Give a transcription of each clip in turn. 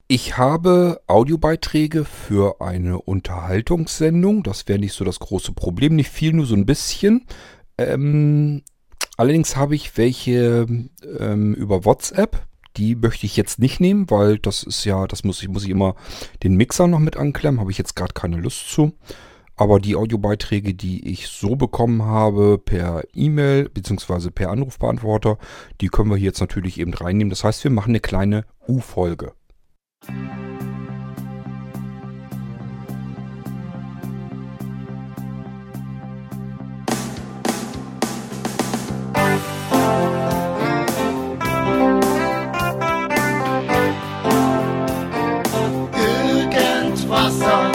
Ich habe Audiobeiträge für eine Unterhaltungssendung. Das wäre nicht so das große Problem. Nicht viel, nur so ein bisschen. Allerdings habe ich welche über WhatsApp. Die möchte ich jetzt nicht nehmen, weil das ist ja, muss ich immer den Mixer noch mit anklemmen. Habe ich jetzt gerade keine Lust zu. Aber die Audiobeiträge, die ich so bekommen habe per E-Mail bzw. per Anrufbeantworter, die können wir hier jetzt natürlich eben reinnehmen. Das heißt, wir machen eine kleine U-Folge. Irgendwasser.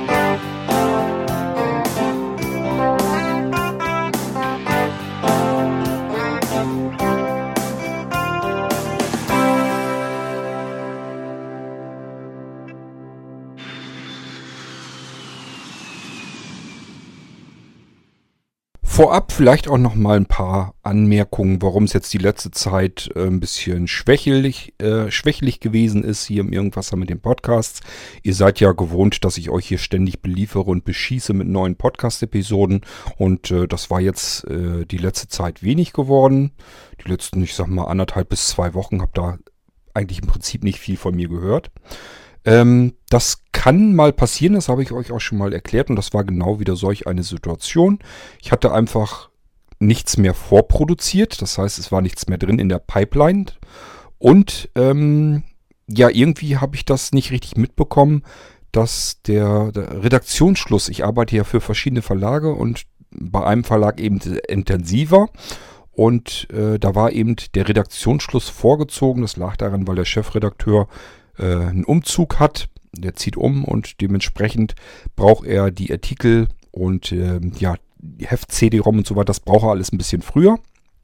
Vorab vielleicht auch noch mal ein paar Anmerkungen, warum es jetzt die letzte Zeit ein bisschen schwächlich gewesen ist hier im Irgendwasser mit den Podcasts. Ihr seid ja gewohnt, dass ich euch hier ständig beliefere und beschieße mit neuen Podcast-Episoden. Und das war jetzt die letzte Zeit wenig geworden. Die letzten, ich sag mal, 1,5 bis 2 Wochen habt da eigentlich im Prinzip nicht viel von mir gehört. Das kann mal passieren, das habe ich euch auch schon mal erklärt und das war genau wieder solch eine Situation. Ich hatte einfach nichts mehr vorproduziert, das heißt, es war nichts mehr drin in der Pipeline und ja, irgendwie habe ich das nicht richtig mitbekommen, dass der Redaktionsschluss, ich arbeite ja für verschiedene Verlage und bei einem Verlag eben intensiver. Und da war eben der Redaktionsschluss vorgezogen. Das lag daran, weil der Chefredakteur einen Umzug hat. Der zieht um und dementsprechend braucht er die Artikel und ja, die Heft-CD-ROM und so weiter. Das braucht er alles ein bisschen früher.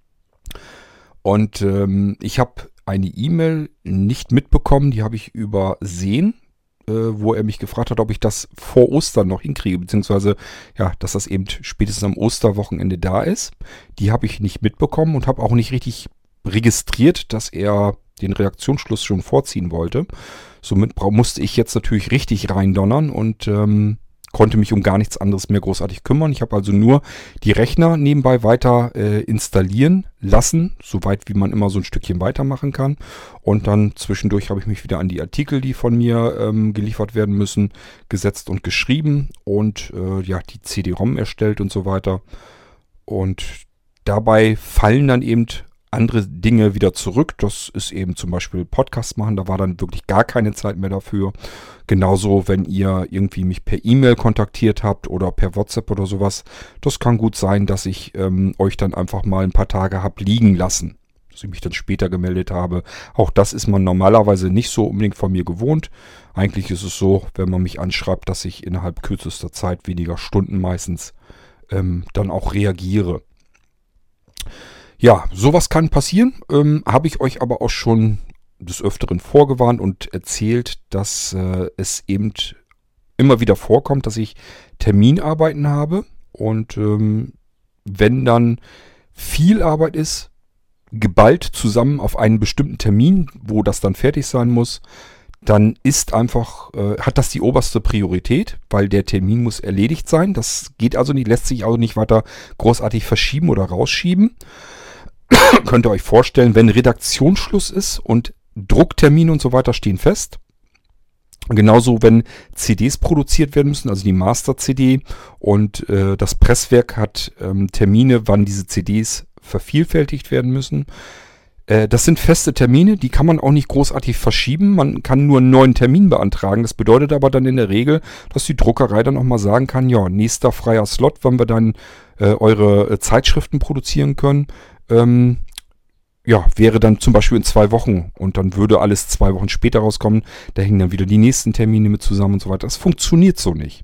Und ich habe eine E-Mail nicht mitbekommen, die habe ich übersehen, wo er mich gefragt hat, ob ich das vor Ostern noch hinkriege, beziehungsweise ja, dass das eben spätestens am Osterwochenende da ist. Die habe ich nicht mitbekommen und habe auch nicht richtig registriert, dass er den Redaktionsschluss schon vorziehen wollte. Somit musste ich jetzt natürlich richtig reindonnern und konnte mich um gar nichts anderes mehr großartig kümmern. Ich habe also nur die Rechner nebenbei weiter installieren lassen, soweit wie man immer so ein Stückchen weitermachen kann. Und dann zwischendurch habe ich mich wieder an die Artikel, die von mir geliefert werden müssen, gesetzt und geschrieben und ja, die CD-ROM erstellt und so weiter. Und dabei fallen dann eben andere Dinge wieder zurück. Das ist eben zum Beispiel Podcast machen. Da war dann wirklich gar keine Zeit mehr dafür. Genauso, wenn ihr irgendwie mich per E-Mail kontaktiert habt oder per WhatsApp oder sowas. Das kann gut sein, dass ich euch dann einfach mal ein paar Tage habe liegen lassen. Dass ich mich dann später gemeldet habe. Auch das ist man normalerweise nicht so unbedingt von mir gewohnt. Eigentlich ist es so, wenn man mich anschreibt, dass ich innerhalb kürzester Zeit, weniger Stunden meistens, dann auch reagiere. Ja, sowas kann passieren, habe ich euch aber auch schon des Öfteren vorgewarnt und erzählt, dass es eben immer wieder vorkommt, dass ich Terminarbeiten habe und wenn dann viel Arbeit ist, geballt zusammen auf einen bestimmten Termin, wo das dann fertig sein muss, dann ist einfach, hat das die oberste Priorität, weil der Termin muss erledigt sein. Das geht also nicht, lässt sich also nicht weiter großartig verschieben oder rausschieben. Könnt ihr euch vorstellen, wenn Redaktionsschluss ist und Drucktermine und so weiter stehen fest. Genauso, wenn CDs produziert werden müssen, also die Master-CD und das Presswerk hat Termine, wann diese CDs vervielfältigt werden müssen. Das sind feste Termine, die kann man auch nicht großartig verschieben. Man kann nur einen neuen Termin beantragen. Das bedeutet aber dann in der Regel, dass die Druckerei dann auch mal sagen kann, ja, nächster freier Slot, wann wir dann eure Zeitschriften produzieren können. Ja, wäre dann zum Beispiel in 2 Wochen und dann würde alles 2 Wochen später rauskommen. Da hängen dann wieder die nächsten Termine mit zusammen und so weiter. Das funktioniert so nicht.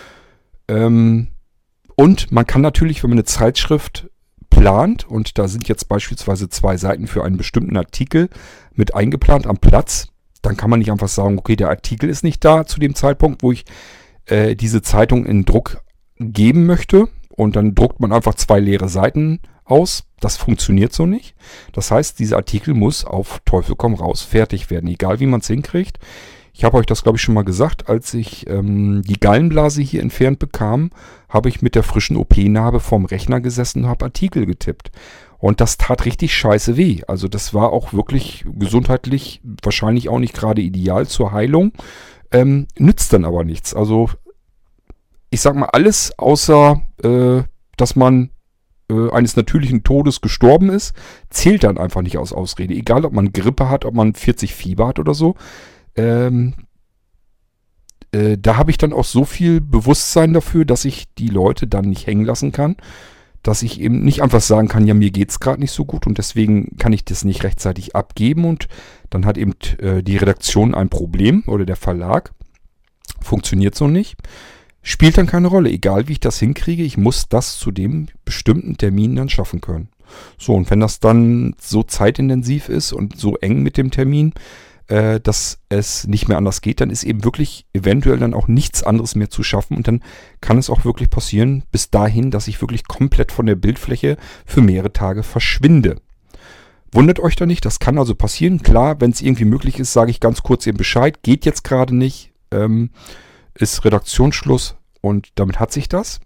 Und man kann natürlich, wenn man eine Zeitschrift plant und da sind jetzt beispielsweise 2 Seiten für einen bestimmten Artikel mit eingeplant am Platz, dann kann man nicht einfach sagen, okay, der Artikel ist nicht da zu dem Zeitpunkt, wo ich diese Zeitung in Druck geben möchte und dann druckt man einfach 2 leere Seiten aus. Das funktioniert so nicht. Das heißt, dieser Artikel muss auf Teufel komm raus fertig werden, egal wie man es hinkriegt. Ich habe euch das, glaube ich, schon mal gesagt, als ich die Gallenblase hier entfernt bekam, habe ich mit der frischen OP-Narbe vorm Rechner gesessen und habe Artikel getippt. Und das tat richtig scheiße weh. Also das war auch wirklich gesundheitlich wahrscheinlich auch nicht gerade ideal zur Heilung. Nützt dann aber nichts. Also ich sag mal alles außer, dass man eines natürlichen Todes gestorben ist, zählt dann einfach nicht als Ausrede. Egal, ob man Grippe hat, ob man 40 Fieber hat oder so. Da habe ich dann auch so viel Bewusstsein dafür, dass ich die Leute dann nicht hängen lassen kann, dass ich eben nicht einfach sagen kann, ja, mir geht's gerade nicht so gut und deswegen kann ich das nicht rechtzeitig abgeben und dann hat eben die Redaktion ein Problem oder der Verlag. Funktioniert so nicht. Spielt dann keine Rolle. Egal wie ich das hinkriege, ich muss das zu dem bestimmten Termin dann schaffen können. So, und wenn das dann so zeitintensiv ist und so eng mit dem Termin, dass es nicht mehr anders geht, dann ist eben wirklich eventuell dann auch nichts anderes mehr zu schaffen und dann kann es auch wirklich passieren, bis dahin, dass ich wirklich komplett von der Bildfläche für mehrere Tage verschwinde. Wundert euch da nicht, das kann also passieren. Klar, wenn es irgendwie möglich ist, sage ich ganz kurz eben Bescheid, geht jetzt gerade nicht, ist Redaktionsschluss und damit hat sich das.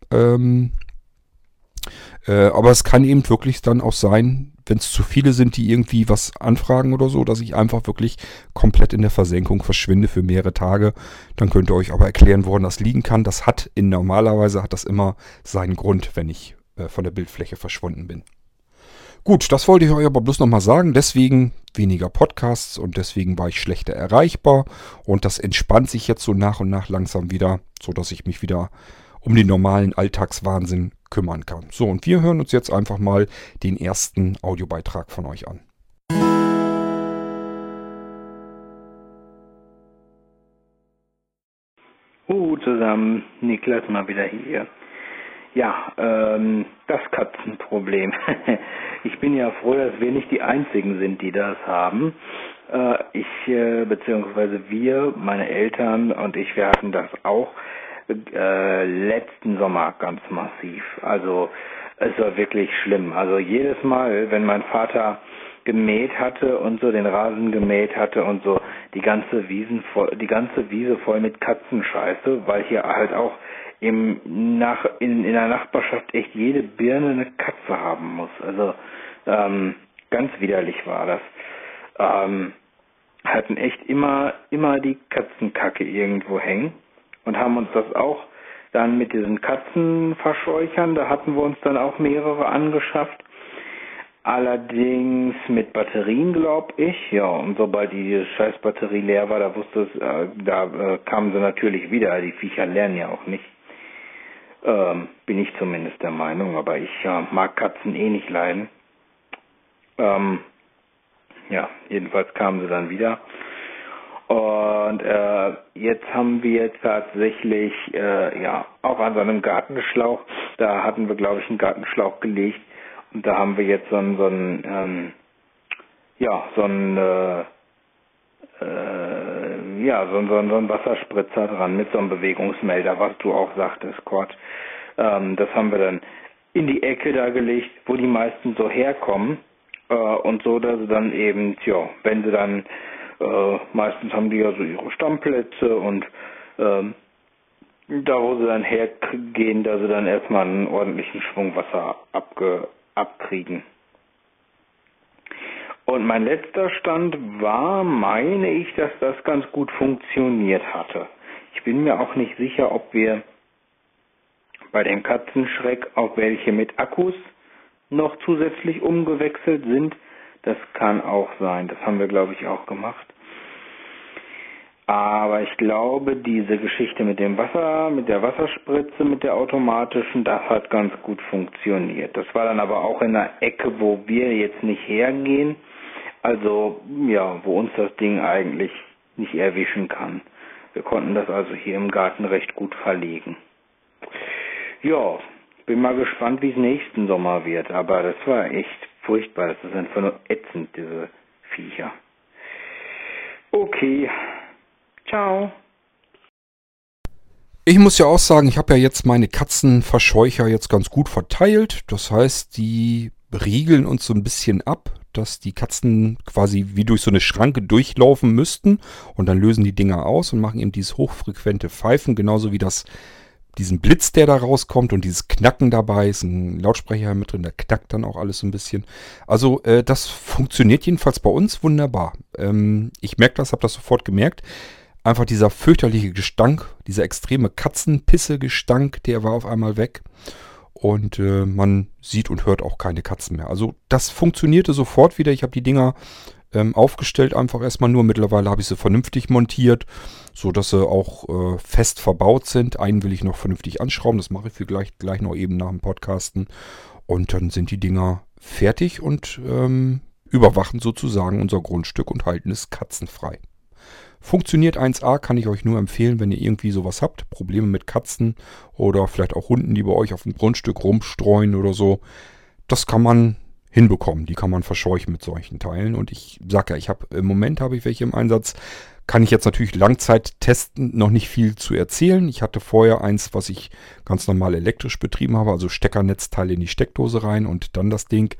Aber es kann eben wirklich dann auch sein, wenn es zu viele sind, die irgendwie was anfragen oder so, dass ich einfach wirklich komplett in der Versenkung verschwinde für mehrere Tage. Dann könnt ihr euch aber erklären, woran das liegen kann. Das hat normalerweise hat das immer seinen Grund, wenn ich von der Bildfläche verschwunden bin. Gut, das wollte ich euch aber bloß nochmal sagen. Deswegen weniger Podcasts und deswegen war ich schlechter erreichbar. Und das entspannt sich jetzt so nach und nach langsam wieder, sodass ich mich wieder um den normalen Alltagswahnsinn kümmern kann. So, und wir hören uns jetzt einfach mal den ersten Audiobeitrag von euch an. Zusammen, Niklas mal wieder hier. Ja, das Katzenproblem. Ich bin ja froh, dass wir nicht die Einzigen sind, die das haben. Beziehungsweise wir, meine Eltern und ich, wir hatten das auch letzten Sommer ganz massiv. Also es war wirklich schlimm. Also jedes Mal, wenn mein Vater gemäht hatte und so den Rasen gemäht hatte und so die ganze Wiese voll mit Katzenscheiße, weil hier halt auch in der Nachbarschaft echt jede Birne eine Katze haben muss. Also ganz widerlich war das. Hatten echt immer die Katzenkacke irgendwo hängen und haben uns das auch dann mit diesen Katzenverscheuchern, da hatten wir uns dann auch mehrere angeschafft. Allerdings mit Batterien, glaube ich. Ja, und sobald die scheiß Batterie leer war, da kamen sie natürlich wieder. Die Viecher lernen ja auch nicht. Bin ich zumindest der Meinung, aber ich mag Katzen eh nicht leiden. Ja, jedenfalls kamen sie dann wieder. Und jetzt haben wir tatsächlich, auch an so einem Gartenschlauch, da hatten wir, glaube ich, einen Gartenschlauch gelegt. Und da haben wir jetzt so einen Wasserspritzer dran mit so einem Bewegungsmelder, was du auch sagtest, Cord. Das haben wir dann in die Ecke da gelegt, wo die meisten so herkommen. Und so, dass sie dann eben, wenn sie dann, meistens haben die ja so ihre Stammplätze und da wo sie dann hergehen, dass sie dann erstmal einen ordentlichen Schwung Wasser abkriegen. Und mein letzter Stand war, meine ich, dass das ganz gut funktioniert hatte. Ich bin mir auch nicht sicher, ob wir bei dem Katzenschreck auf welche mit Akkus noch zusätzlich umgewechselt sind. Das kann auch sein. Das haben wir, glaube ich, auch gemacht. Aber ich glaube, diese Geschichte mit dem Wasser, mit der Wasserspritze, mit der automatischen, das hat ganz gut funktioniert. Das war dann aber auch in einer Ecke, wo wir jetzt nicht hergehen. Also, ja, wo uns das Ding eigentlich nicht erwischen kann. Wir konnten das also hier im Garten recht gut verlegen. Ja, bin mal gespannt, wie es nächsten Sommer wird. Aber das war echt furchtbar. Das ist einfach nur ätzend, diese Viecher. Okay. Ciao. Ich muss ja auch sagen, ich habe ja jetzt meine Katzenverscheucher jetzt ganz gut verteilt. Das heißt, die riegeln uns so ein bisschen ab. dass die Katzen quasi wie durch so eine Schranke durchlaufen müssten und dann lösen die Dinger aus und machen eben dieses hochfrequente Pfeifen, genauso wie diesen Blitz, der da rauskommt und dieses Knacken dabei, ist ein Lautsprecher mit drin, der knackt dann auch alles so ein bisschen. Also das funktioniert jedenfalls bei uns wunderbar. Ich merke das, habe das sofort gemerkt. Einfach dieser fürchterliche Gestank, dieser extreme Katzenpisse-Gestank, der war auf einmal weg. Und man sieht und hört auch keine Katzen mehr. Also das funktionierte sofort wieder. Ich habe die Dinger aufgestellt einfach erstmal nur. Mittlerweile habe ich sie vernünftig montiert, so dass sie auch fest verbaut sind. Einen will ich noch vernünftig anschrauben. Das mache ich gleich noch eben nach dem Podcasten. Und dann sind die Dinger fertig und überwachen sozusagen unser Grundstück und halten es katzenfrei. Funktioniert 1A, kann ich euch nur empfehlen, wenn ihr irgendwie sowas habt. Probleme mit Katzen oder vielleicht auch Hunden, die bei euch auf dem Grundstück rumstreuen oder so. Das kann man hinbekommen. Die kann man verscheuchen mit solchen Teilen. Und ich sage ja, im Moment habe ich welche im Einsatz. Kann ich jetzt natürlich langzeittestend noch nicht viel zu erzählen. Ich hatte vorher eins, was ich ganz normal elektrisch betrieben habe. Also Steckernetzteil in die Steckdose rein und dann das Ding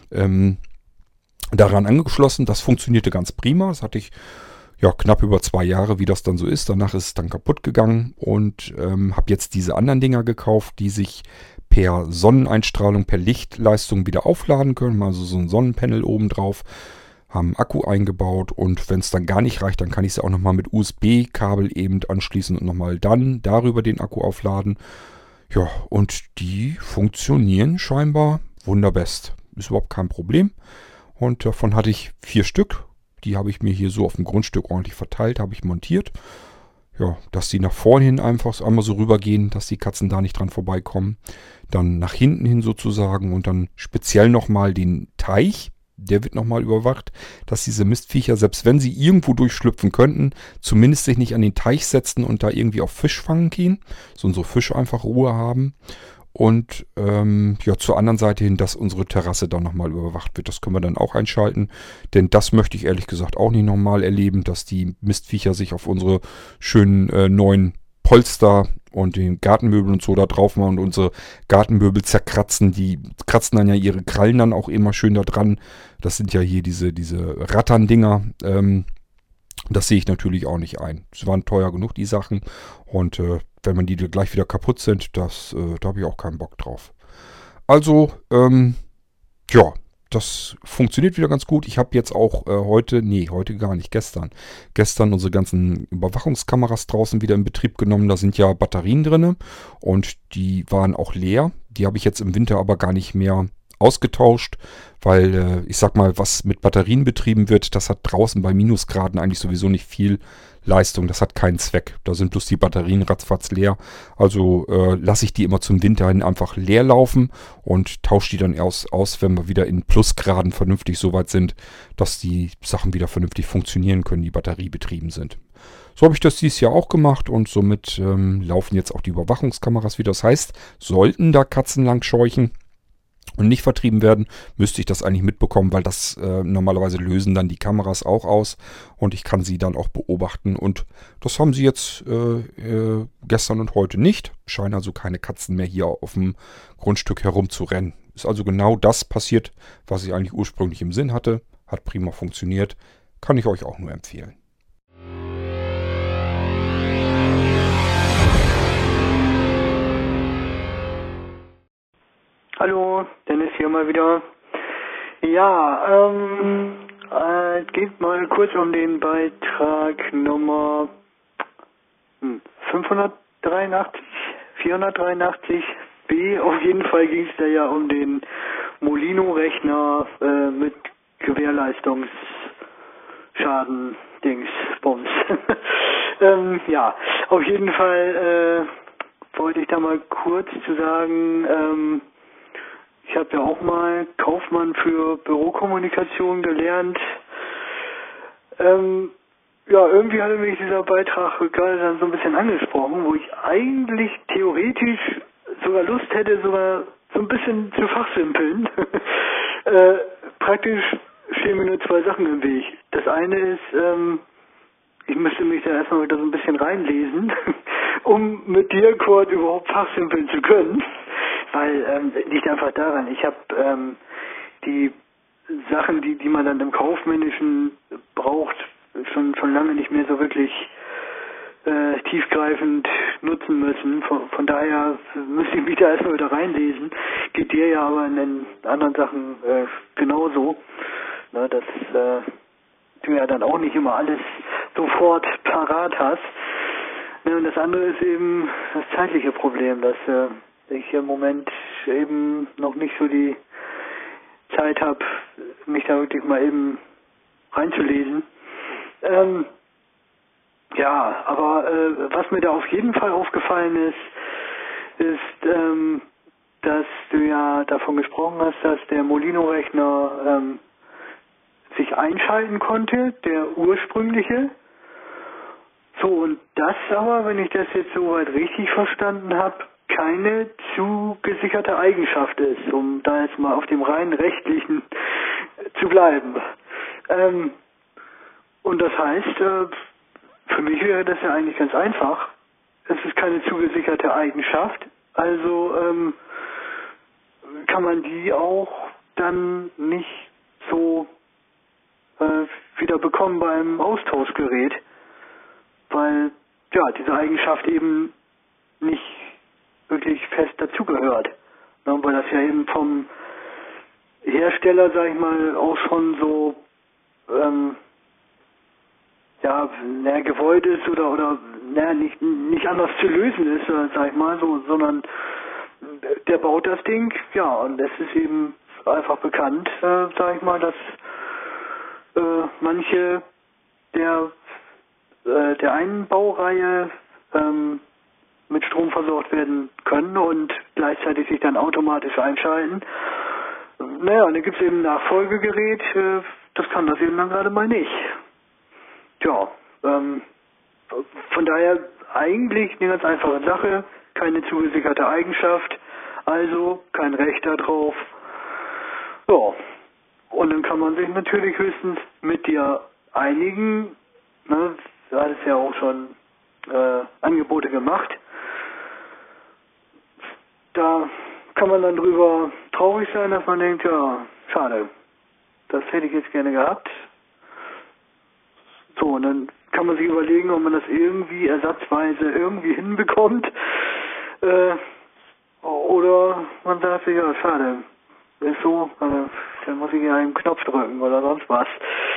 daran angeschlossen. Das funktionierte ganz prima. Das hatte ich ja knapp über 2 Jahre, wie das dann so ist. Danach ist es dann kaputt gegangen und habe jetzt diese anderen Dinger gekauft, die sich per Sonneneinstrahlung, per Lichtleistung wieder aufladen können. Also so ein Sonnenpanel oben drauf, haben einen Akku eingebaut und wenn es dann gar nicht reicht, dann kann ich es auch nochmal mit USB-Kabel eben anschließen und nochmal dann darüber den Akku aufladen. Ja, und die funktionieren scheinbar wunderbest. Ist überhaupt kein Problem. Und davon hatte ich 4 Stück. Die habe ich mir hier so auf dem Grundstück ordentlich verteilt, habe ich montiert. Ja, dass die nach vorne hin einfach einmal so rübergehen, dass die Katzen da nicht dran vorbeikommen. Dann nach hinten hin sozusagen und dann speziell nochmal den Teich. Der wird nochmal überwacht, dass diese Mistviecher, selbst wenn sie irgendwo durchschlüpfen könnten, zumindest sich nicht an den Teich setzen und da irgendwie auf Fisch fangen gehen. So unsere Fische einfach Ruhe haben. Und ja, zur anderen Seite hin, dass unsere Terrasse dann nochmal überwacht wird. Das können wir dann auch einschalten. Denn das möchte ich ehrlich gesagt auch nicht nochmal erleben, dass die Mistviecher sich auf unsere schönen neuen Polster und den Gartenmöbel und so da drauf machen und unsere Gartenmöbel zerkratzen. Die kratzen dann ja ihre Krallen dann auch immer schön da dran. Das sind ja hier diese Ratterndinger. Das sehe ich natürlich auch nicht ein. Es waren teuer genug, die Sachen. Und wenn man die gleich wieder kaputt sind, da habe ich auch keinen Bock drauf. Also, ja, das funktioniert wieder ganz gut. Ich habe jetzt auch heute gar nicht, gestern unsere ganzen Überwachungskameras draußen wieder in Betrieb genommen. Da sind ja Batterien drin und die waren auch leer. Die habe ich jetzt im Winter aber gar nicht mehr ausgetauscht, weil ich sag mal, was mit Batterien betrieben wird, das hat draußen bei Minusgraden eigentlich sowieso nicht viel Leistung. Das hat keinen Zweck. Da sind bloß die Batterien ratzfatz leer. Also lasse ich die immer zum Winter hin einfach leer laufen und tausche die dann aus, wenn wir wieder in Plusgraden vernünftig so weit sind, dass die Sachen wieder vernünftig funktionieren können, die batteriebetrieben sind. So habe ich das dieses Jahr auch gemacht und somit laufen jetzt auch die Überwachungskameras wieder. Das heißt, sollten da Katzen lang scheuchen und nicht vertrieben werden, müsste ich das eigentlich mitbekommen, weil das normalerweise lösen dann die Kameras auch aus und ich kann sie dann auch beobachten und das haben sie jetzt gestern und heute nicht. Scheinen also keine Katzen mehr hier auf dem Grundstück herumzurennen. Ist also genau das passiert, was ich eigentlich ursprünglich im Sinn hatte. Hat prima funktioniert. Kann ich euch auch nur empfehlen. Hallo, Dennis hier mal wieder. Ja, es geht mal kurz um den Beitrag Nummer 583, 483b. Auf jeden Fall ging es da ja um den Molino-Rechner mit Gewährleistungsschaden, Dings, Bums. Ja, auf jeden Fall wollte ich da mal kurz zu sagen, ich habe ja auch mal Kaufmann für Bürokommunikation gelernt. Ja, irgendwie hatte mich dieser Beitrag gerade dann so ein bisschen angesprochen, wo ich eigentlich theoretisch sogar Lust hätte, sogar so ein bisschen zu fachsimpeln. Praktisch stehen mir nur 2 Sachen im Weg. Das eine ist, ich müsste mich da erstmal wieder so ein bisschen reinlesen, um mit dir, Kurt, überhaupt fachsimpeln zu können. Weil, liegt einfach daran, ich habe die Sachen, die man dann im Kaufmännischen braucht, schon lange nicht mehr so wirklich tiefgreifend nutzen müssen. Von daher müsste ich mich da erstmal wieder reinlesen. Geht dir ja aber in den anderen Sachen genauso. Ne, dass du ja dann auch nicht immer alles sofort parat hast. Ne, und das andere ist eben das zeitliche Problem, dass ich im Moment eben noch nicht so die Zeit habe, mich da wirklich mal eben reinzulesen. Ja, aber was mir da auf jeden Fall aufgefallen ist, dass du ja davon gesprochen hast, dass der Molino-Rechner sich einschalten konnte, der ursprüngliche. So, und das aber, wenn ich das jetzt soweit richtig verstanden habe, keine zugesicherte Eigenschaft ist, um da jetzt mal auf dem rein rechtlichen zu bleiben. Und das heißt, für mich wäre das ja eigentlich ganz einfach. Es ist keine zugesicherte Eigenschaft, also kann man die auch dann nicht so wieder bekommen beim Austauschgerät, weil ja diese Eigenschaft eben nicht wirklich fest dazugehört, ne, weil das ja eben vom Hersteller, sag ich mal, auch schon so gewollt ist oder nicht anders zu lösen ist, sag ich mal so, sondern der baut das Ding, ja, und es ist eben einfach bekannt, sag ich mal, dass manche der einen Baureihe mit Strom versorgt werden können und gleichzeitig sich dann automatisch einschalten. Naja, und dann gibt es eben ein Nachfolgegerät, das kann das eben dann gerade mal nicht. Tja, von daher eigentlich eine ganz einfache Sache, keine zugesicherte Eigenschaft, also kein Recht darauf. Ja, und dann kann man sich natürlich höchstens mit dir einigen, ne, da hat es ja auch schon Angebote gemacht. Da kann man dann drüber traurig sein, dass man denkt, ja, schade, das hätte ich jetzt gerne gehabt. So, und dann kann man sich überlegen, ob man das irgendwie ersatzweise irgendwie hinbekommt. Oder man sagt sich, ja, schade, ist so, dann muss ich ja einen Knopf drücken oder sonst was.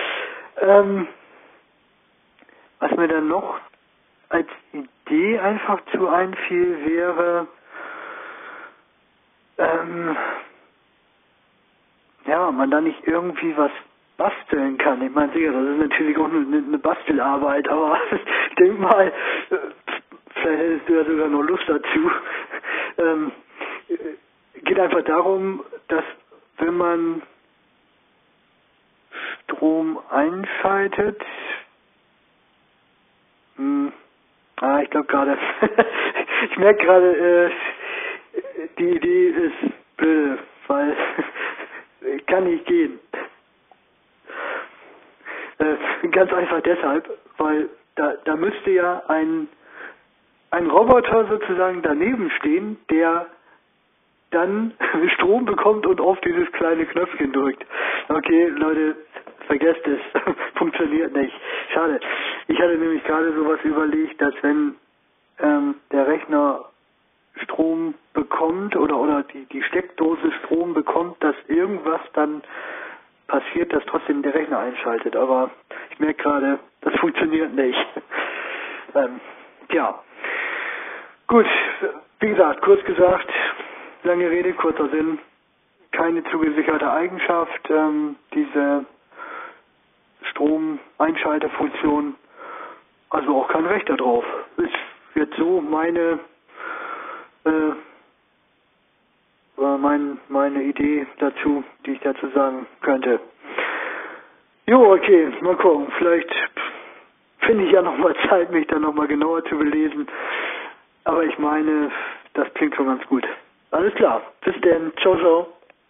Was mir dann noch als Idee einfach zu einfiel, wäre, man da nicht irgendwie was basteln kann. Ich meine, sicher, das ist natürlich auch eine Bastelarbeit, aber ich denke mal, vielleicht hättest du ja sogar noch Lust dazu. Geht einfach darum, dass wenn man Strom einschaltet, ich glaube gerade, ich merke gerade, die Idee ist blöd, weil kann nicht gehen. Ganz einfach deshalb, weil da müsste ja ein Roboter sozusagen daneben stehen, der dann Strom bekommt und auf dieses kleine Knöpfchen drückt. Okay, Leute, vergesst es. Funktioniert nicht. Schade. Ich hatte nämlich gerade sowas überlegt, dass wenn der Rechner Strom bekommt oder die Steckdose Strom bekommt, dass irgendwas dann passiert, dass trotzdem der Rechner einschaltet. Aber ich merke gerade, das funktioniert nicht. Ja. Gut, wie gesagt, kurz gesagt, lange Rede, kurzer Sinn. Keine zugesicherte Eigenschaft, diese Stromeinschalterfunktion, also auch kein Recht darauf. Ist jetzt so meine Idee dazu, die ich dazu sagen könnte. Jo, okay, mal gucken. Vielleicht finde ich ja nochmal Zeit, mich da nochmal genauer zu belesen. Aber ich meine, das klingt schon ganz gut. Alles klar. Bis denn. Ciao, ciao.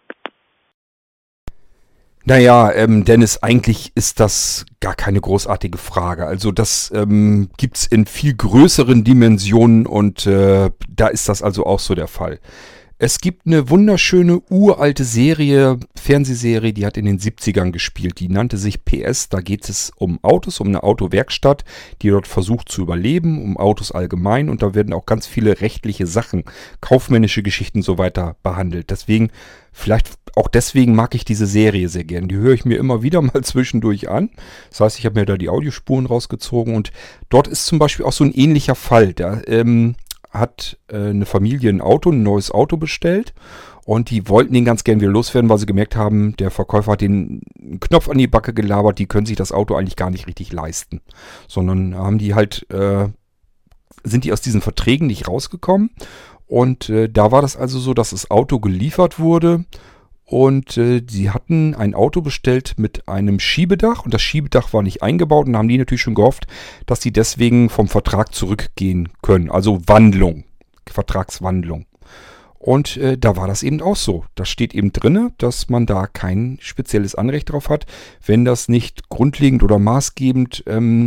Naja, Dennis, eigentlich ist das gar keine großartige Frage. Also das gibt's in viel größeren Dimensionen und da ist das also auch so der Fall. Es gibt eine wunderschöne uralte Serie, Fernsehserie, die hat in den 70ern gespielt. Die nannte sich PS. Da geht es um Autos, um eine Autowerkstatt, die dort versucht zu überleben, um Autos allgemein. Und da werden auch ganz viele rechtliche Sachen, kaufmännische Geschichten und so weiter behandelt. Deswegen, vielleicht auch deswegen mag ich diese Serie sehr gern. Die höre ich mir immer wieder mal zwischendurch an. Das heißt, ich habe mir da die Audiospuren rausgezogen. Und dort ist zum Beispiel auch so ein ähnlicher Fall. Da hat eine Familie ein neues Auto bestellt und die wollten den ganz gern wieder loswerden, weil sie gemerkt haben, der Verkäufer hat den Knopf an die Backe gelabert, die können sich das Auto eigentlich gar nicht richtig leisten. Sondern haben die halt, sind die aus diesen Verträgen nicht rausgekommen und da war das also so, dass das Auto geliefert wurde. Und sie hatten ein Auto bestellt mit einem Schiebedach und das Schiebedach war nicht eingebaut und haben die natürlich schon gehofft, dass die deswegen vom Vertrag zurückgehen können. Also Wandlung, Vertragswandlung. Und da war das eben auch so. Da steht eben drinne, dass man da kein spezielles Anrecht drauf hat, wenn das nicht grundlegend oder maßgebend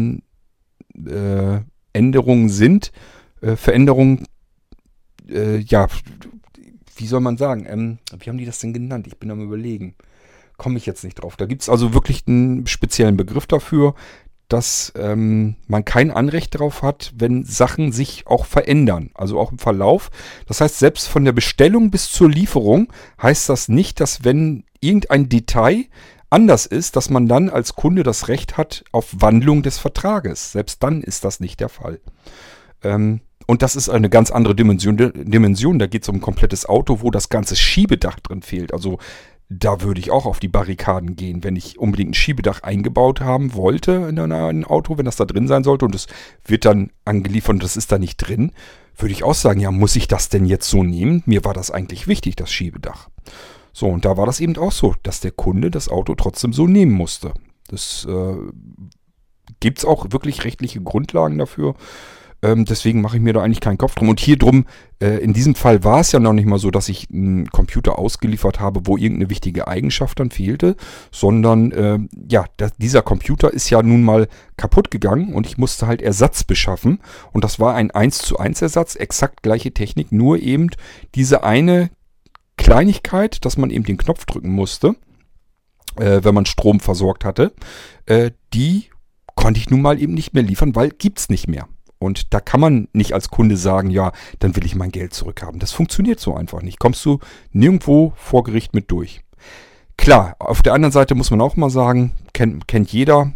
Änderungen sind, Veränderungen, ja, wie soll man sagen, wie haben die das denn genannt? Ich bin am Überlegen. Komme ich jetzt nicht drauf. Da gibt es also wirklich einen speziellen Begriff dafür, dass man kein Anrecht darauf hat, wenn Sachen sich auch verändern. Also auch im Verlauf. Das heißt, selbst von der Bestellung bis zur Lieferung heißt das nicht, dass wenn irgendein Detail anders ist, dass man dann als Kunde das Recht hat auf Wandlung des Vertrages. Selbst dann ist das nicht der Fall. Und das ist eine ganz andere Dimension. Da geht es um ein komplettes Auto, wo das ganze Schiebedach drin fehlt. Also da würde ich auch auf die Barrikaden gehen, wenn ich unbedingt ein Schiebedach eingebaut haben wollte in einem Auto, wenn das da drin sein sollte und es wird dann angeliefert und das ist da nicht drin, würde ich auch sagen, ja, muss ich das denn jetzt so nehmen? Mir war das eigentlich wichtig, das Schiebedach. So, und da war das eben auch so, dass der Kunde das Auto trotzdem so nehmen musste. Das gibt es auch wirklich rechtliche Grundlagen dafür. Deswegen mache ich mir da eigentlich keinen Kopf drum. Und hier drum, in diesem Fall war es ja noch nicht mal so, dass ich einen Computer ausgeliefert habe, wo irgendeine wichtige Eigenschaft dann fehlte, sondern dieser Computer ist ja nun mal kaputt gegangen und ich musste halt Ersatz beschaffen. Und das war ein 1:1 Ersatz, exakt gleiche Technik, nur eben diese eine Kleinigkeit, dass man eben den Knopf drücken musste, wenn man Strom versorgt hatte, die konnte ich nun mal eben nicht mehr liefern, weil gibt's nicht mehr. Und da kann man nicht als Kunde sagen, ja, dann will ich mein Geld zurückhaben. Das funktioniert so einfach nicht. Kommst du nirgendwo vor Gericht mit durch. Klar, auf der anderen Seite muss man auch mal sagen, kennt jeder,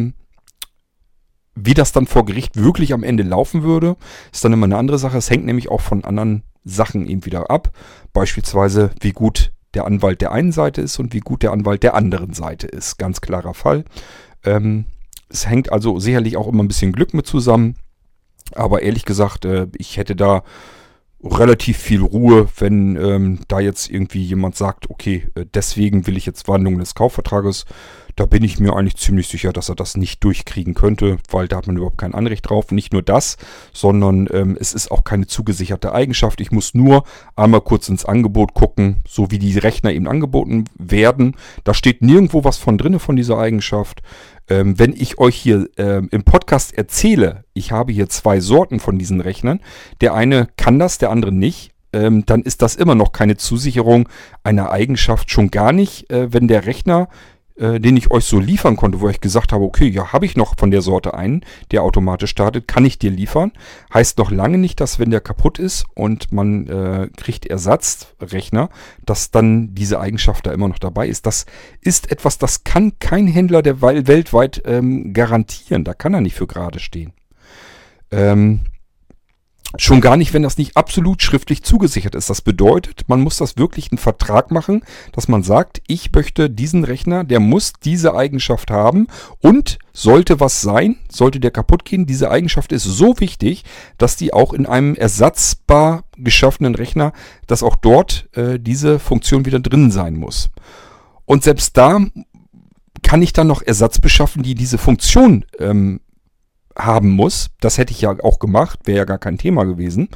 wie das dann vor Gericht wirklich am Ende laufen würde, ist dann immer eine andere Sache. Es hängt nämlich auch von anderen Sachen eben wieder ab. Beispielsweise, wie gut der Anwalt der einen Seite ist und wie gut der Anwalt der anderen Seite ist. Ganz klarer Fall. Es hängt also sicherlich auch immer ein bisschen Glück mit zusammen. Aber ehrlich gesagt, ich hätte da relativ viel Ruhe, wenn da jetzt irgendwie jemand sagt, okay, deswegen will ich jetzt Wandlung des Kaufvertrages. Da bin ich mir eigentlich ziemlich sicher, dass er das nicht durchkriegen könnte, weil da hat man überhaupt kein Anrecht drauf. Nicht nur das, sondern es ist auch keine zugesicherte Eigenschaft. Ich muss nur einmal kurz ins Angebot gucken, so wie die Rechner eben angeboten werden. Da steht nirgendwo was von drin von dieser Eigenschaft. Wenn ich euch hier im Podcast erzähle, ich habe hier 2 Sorten von diesen Rechnern, der eine kann das, der andere nicht, dann ist das immer noch keine Zusicherung einer Eigenschaft, schon gar nicht, wenn der Rechner, den ich euch so liefern konnte, wo ich gesagt habe, okay, ja, habe ich noch von der Sorte einen, der automatisch startet, kann ich dir liefern. Heißt noch lange nicht, dass wenn der kaputt ist und man kriegt Ersatzrechner, dass dann diese Eigenschaft da immer noch dabei ist. Das ist etwas, das kann kein Händler der weltweit garantieren. Da kann er nicht für gerade stehen. Schon gar nicht, wenn das nicht absolut schriftlich zugesichert ist. Das bedeutet, man muss das wirklich einen Vertrag machen, dass man sagt, ich möchte diesen Rechner, der muss diese Eigenschaft haben und sollte was sein, sollte der kaputt gehen, diese Eigenschaft ist so wichtig, dass die auch in einem ersatzbar geschaffenen Rechner, dass auch dort diese Funktion wieder drin sein muss. Und selbst da kann ich dann noch Ersatz beschaffen, die diese Funktion haben muss. Das hätte ich ja auch gemacht, wäre ja gar kein Thema gewesen.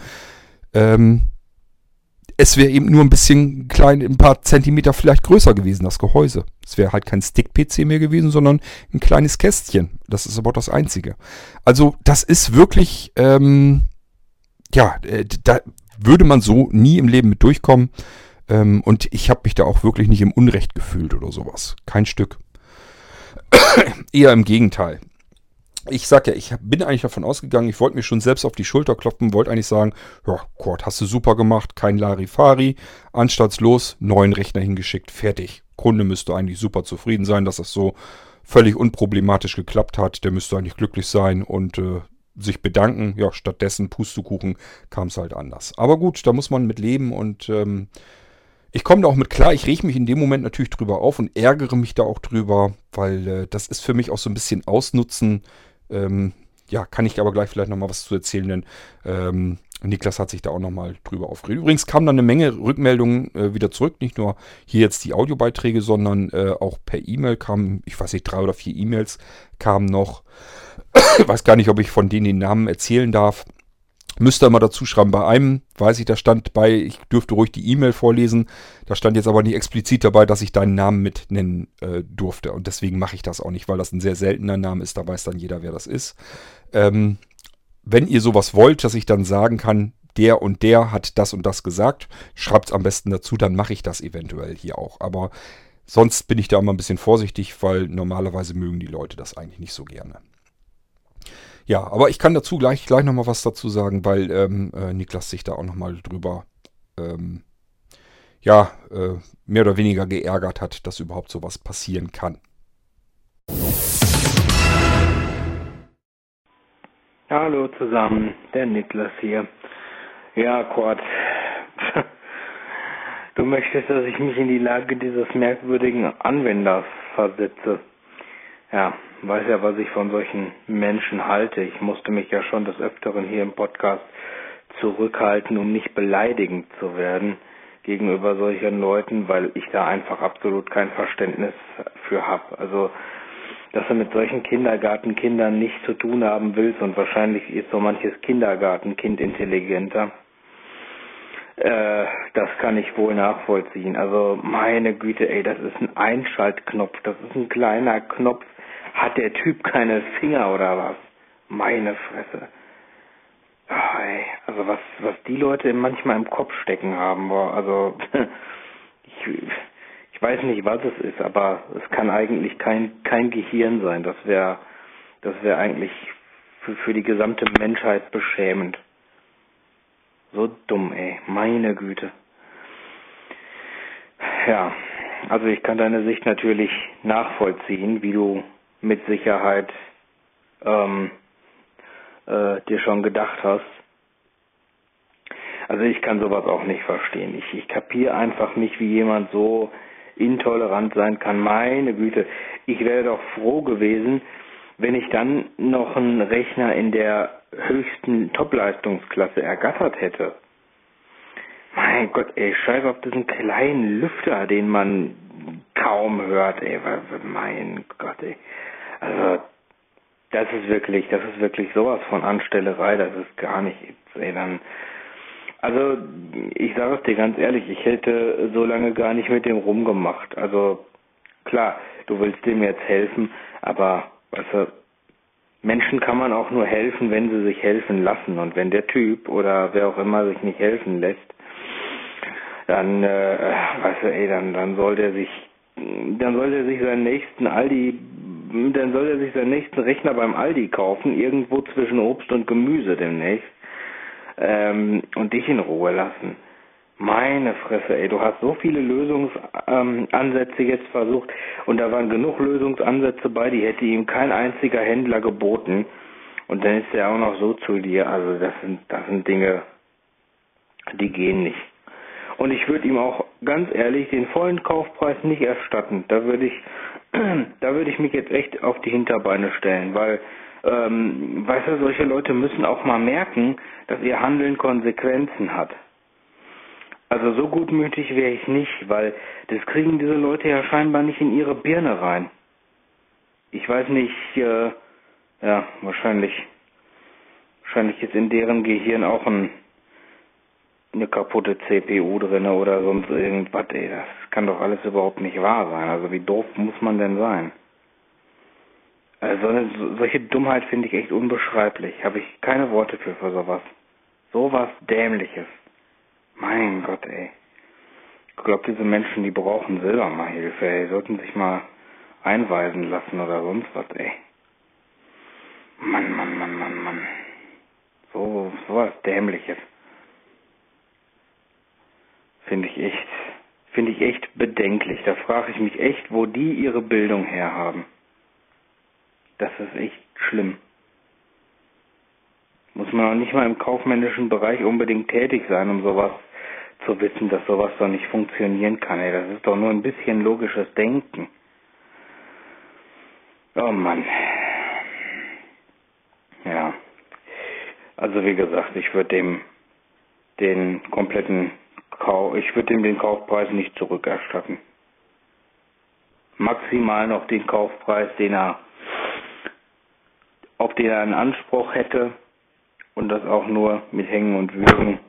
Es wäre eben nur ein bisschen klein, ein paar Zentimeter vielleicht größer gewesen, das Gehäuse. Es wäre halt kein Stick-PC mehr gewesen, sondern ein kleines Kästchen. Das ist aber das Einzige. Also das ist wirklich, würde man so nie im Leben mit durchkommen. Und ich habe mich da auch wirklich nicht im Unrecht gefühlt oder sowas. Kein Stück. Eher im Gegenteil. Ich sag ja, ich bin eigentlich davon ausgegangen, ich wollte mir schon selbst auf die Schulter klopfen, wollte eigentlich sagen, ja, Kurt, hast du super gemacht, kein Larifari, anstandslos, neuen Rechner hingeschickt, fertig. Kunde müsste eigentlich super zufrieden sein, dass das so völlig unproblematisch geklappt hat. Der müsste eigentlich glücklich sein und sich bedanken. Ja, stattdessen Pustekuchen kam es halt anders. Aber gut, da muss man mit leben und ich komme da auch mit klar. Ich reg mich in dem Moment natürlich drüber auf und ärgere mich da auch drüber, weil das ist für mich auch so ein bisschen Ausnutzen. Ja, kann ich aber gleich vielleicht nochmal was zu erzählen, denn Niklas hat sich da auch nochmal drüber aufgeregt. Übrigens kam dann eine Menge Rückmeldungen wieder zurück. Nicht nur hier jetzt die Audiobeiträge, sondern auch per E-Mail kamen, ich weiß nicht, 3 oder 4 E-Mails kamen noch. Ich weiß gar nicht, ob ich von denen den Namen erzählen darf. Müsste ihr mal dazu schreiben. Bei einem weiß ich, da stand bei, ich dürfte ruhig die E-Mail vorlesen. Da stand jetzt aber nicht explizit dabei, dass ich deinen Namen mit nennen durfte. Und deswegen mache ich das auch nicht, weil das ein sehr seltener Name ist. Da weiß dann jeder, wer das ist. Wenn ihr sowas wollt, dass ich dann sagen kann, der und der hat das und das gesagt, schreibt es am besten dazu, dann mache ich das eventuell hier auch. Aber sonst bin ich da immer ein bisschen vorsichtig, weil normalerweise mögen die Leute das eigentlich nicht so gerne. Ja, aber ich kann dazu gleich nochmal was dazu sagen, weil Niklas sich da auch nochmal drüber mehr oder weniger geärgert hat, dass überhaupt sowas passieren kann. Hallo zusammen, der Niklas hier. Ja, Kurt, du möchtest, dass ich mich in die Lage dieses merkwürdigen Anwenders versetze. Ja, weiß ja, was ich von solchen Menschen halte. Ich musste mich ja schon des Öfteren hier im Podcast zurückhalten, um nicht beleidigend zu werden gegenüber solchen Leuten, weil ich da einfach absolut kein Verständnis für habe. Also, dass du mit solchen Kindergartenkindern nichts zu tun haben willst und wahrscheinlich ist so manches Kindergartenkind intelligenter, das kann ich wohl nachvollziehen. Also meine Güte, ey, das ist ein Einschaltknopf, das ist ein kleiner Knopf. Hat der Typ keine Finger oder was? Meine Fresse. Ach, ey, also was die Leute manchmal im Kopf stecken haben, boah, also ich weiß nicht, was es ist, aber es kann eigentlich kein Gehirn sein. Das wäre eigentlich für die gesamte Menschheit beschämend. So dumm, ey, meine Güte. Ja, also ich kann deine Sicht natürlich nachvollziehen, wie du mit Sicherheit dir schon gedacht hast. Also ich kann sowas auch nicht verstehen. Ich kapiere einfach nicht, wie jemand so intolerant sein kann. Meine Güte, ich wäre doch froh gewesen, wenn ich dann noch einen Rechner in der höchsten Top-Leistungsklasse ergattert hätte. Mein Gott, ey, scheiß auf diesen kleinen Lüfter, den man kaum hört, ey. Mein Gott, ey. Also, das ist wirklich sowas von Anstellerei, das ist gar nicht, ey, dann. Also, ich sage es dir ganz ehrlich, ich hätte so lange gar nicht mit dem rumgemacht. Also, klar, du willst dem jetzt helfen, aber, weißt du, Menschen kann man auch nur helfen, wenn sie sich helfen lassen. Und wenn der Typ oder wer auch immer sich nicht helfen lässt, dann, weißt du, ey, dann soll der sich seinen nächsten Rechner beim Aldi kaufen, irgendwo zwischen Obst und Gemüse demnächst, und dich in Ruhe lassen. Meine Fresse, ey, du hast so viele Lösungsansätze jetzt versucht und da waren genug Lösungsansätze bei, die hätte ihm kein einziger Händler geboten und dann ist er auch noch so zu dir, also das sind Dinge, die gehen nicht. Und ich würde ihm auch ganz ehrlich den vollen Kaufpreis nicht erstatten. Da würde ich mich jetzt echt auf die Hinterbeine stellen, weil, weißt du, solche Leute müssen auch mal merken, dass ihr Handeln Konsequenzen hat. Also so gutmütig wäre ich nicht, weil das kriegen diese Leute ja scheinbar nicht in ihre Birne rein. Ich weiß nicht, wahrscheinlich ist in deren Gehirn auch eine kaputte CPU drin oder sonst irgendwas, ey, das kann doch alles überhaupt nicht wahr sein. Also wie doof muss man denn sein? Also solche Dummheit finde ich echt unbeschreiblich. Habe ich keine Worte für sowas. Sowas Dämliches. Mein Gott, ey. Ich glaube, diese Menschen, die brauchen selber mal Hilfe, ey. Sollten sich mal einweisen lassen oder sonst was, ey. Mann. So was Dämliches. Finde ich echt bedenklich. Da frage ich mich echt, wo die ihre Bildung herhaben. Das ist echt schlimm. Muss man auch nicht mal im kaufmännischen Bereich unbedingt tätig sein, um sowas zu wissen, dass sowas doch nicht funktionieren kann. Ey, das ist doch nur ein bisschen logisches Denken. Oh Mann. Ja. Also wie gesagt, ich würde dem den Kaufpreis nicht zurückerstatten. Maximal noch den Kaufpreis, auf den er einen Anspruch hätte, und das auch nur mit Hängen und Würgen,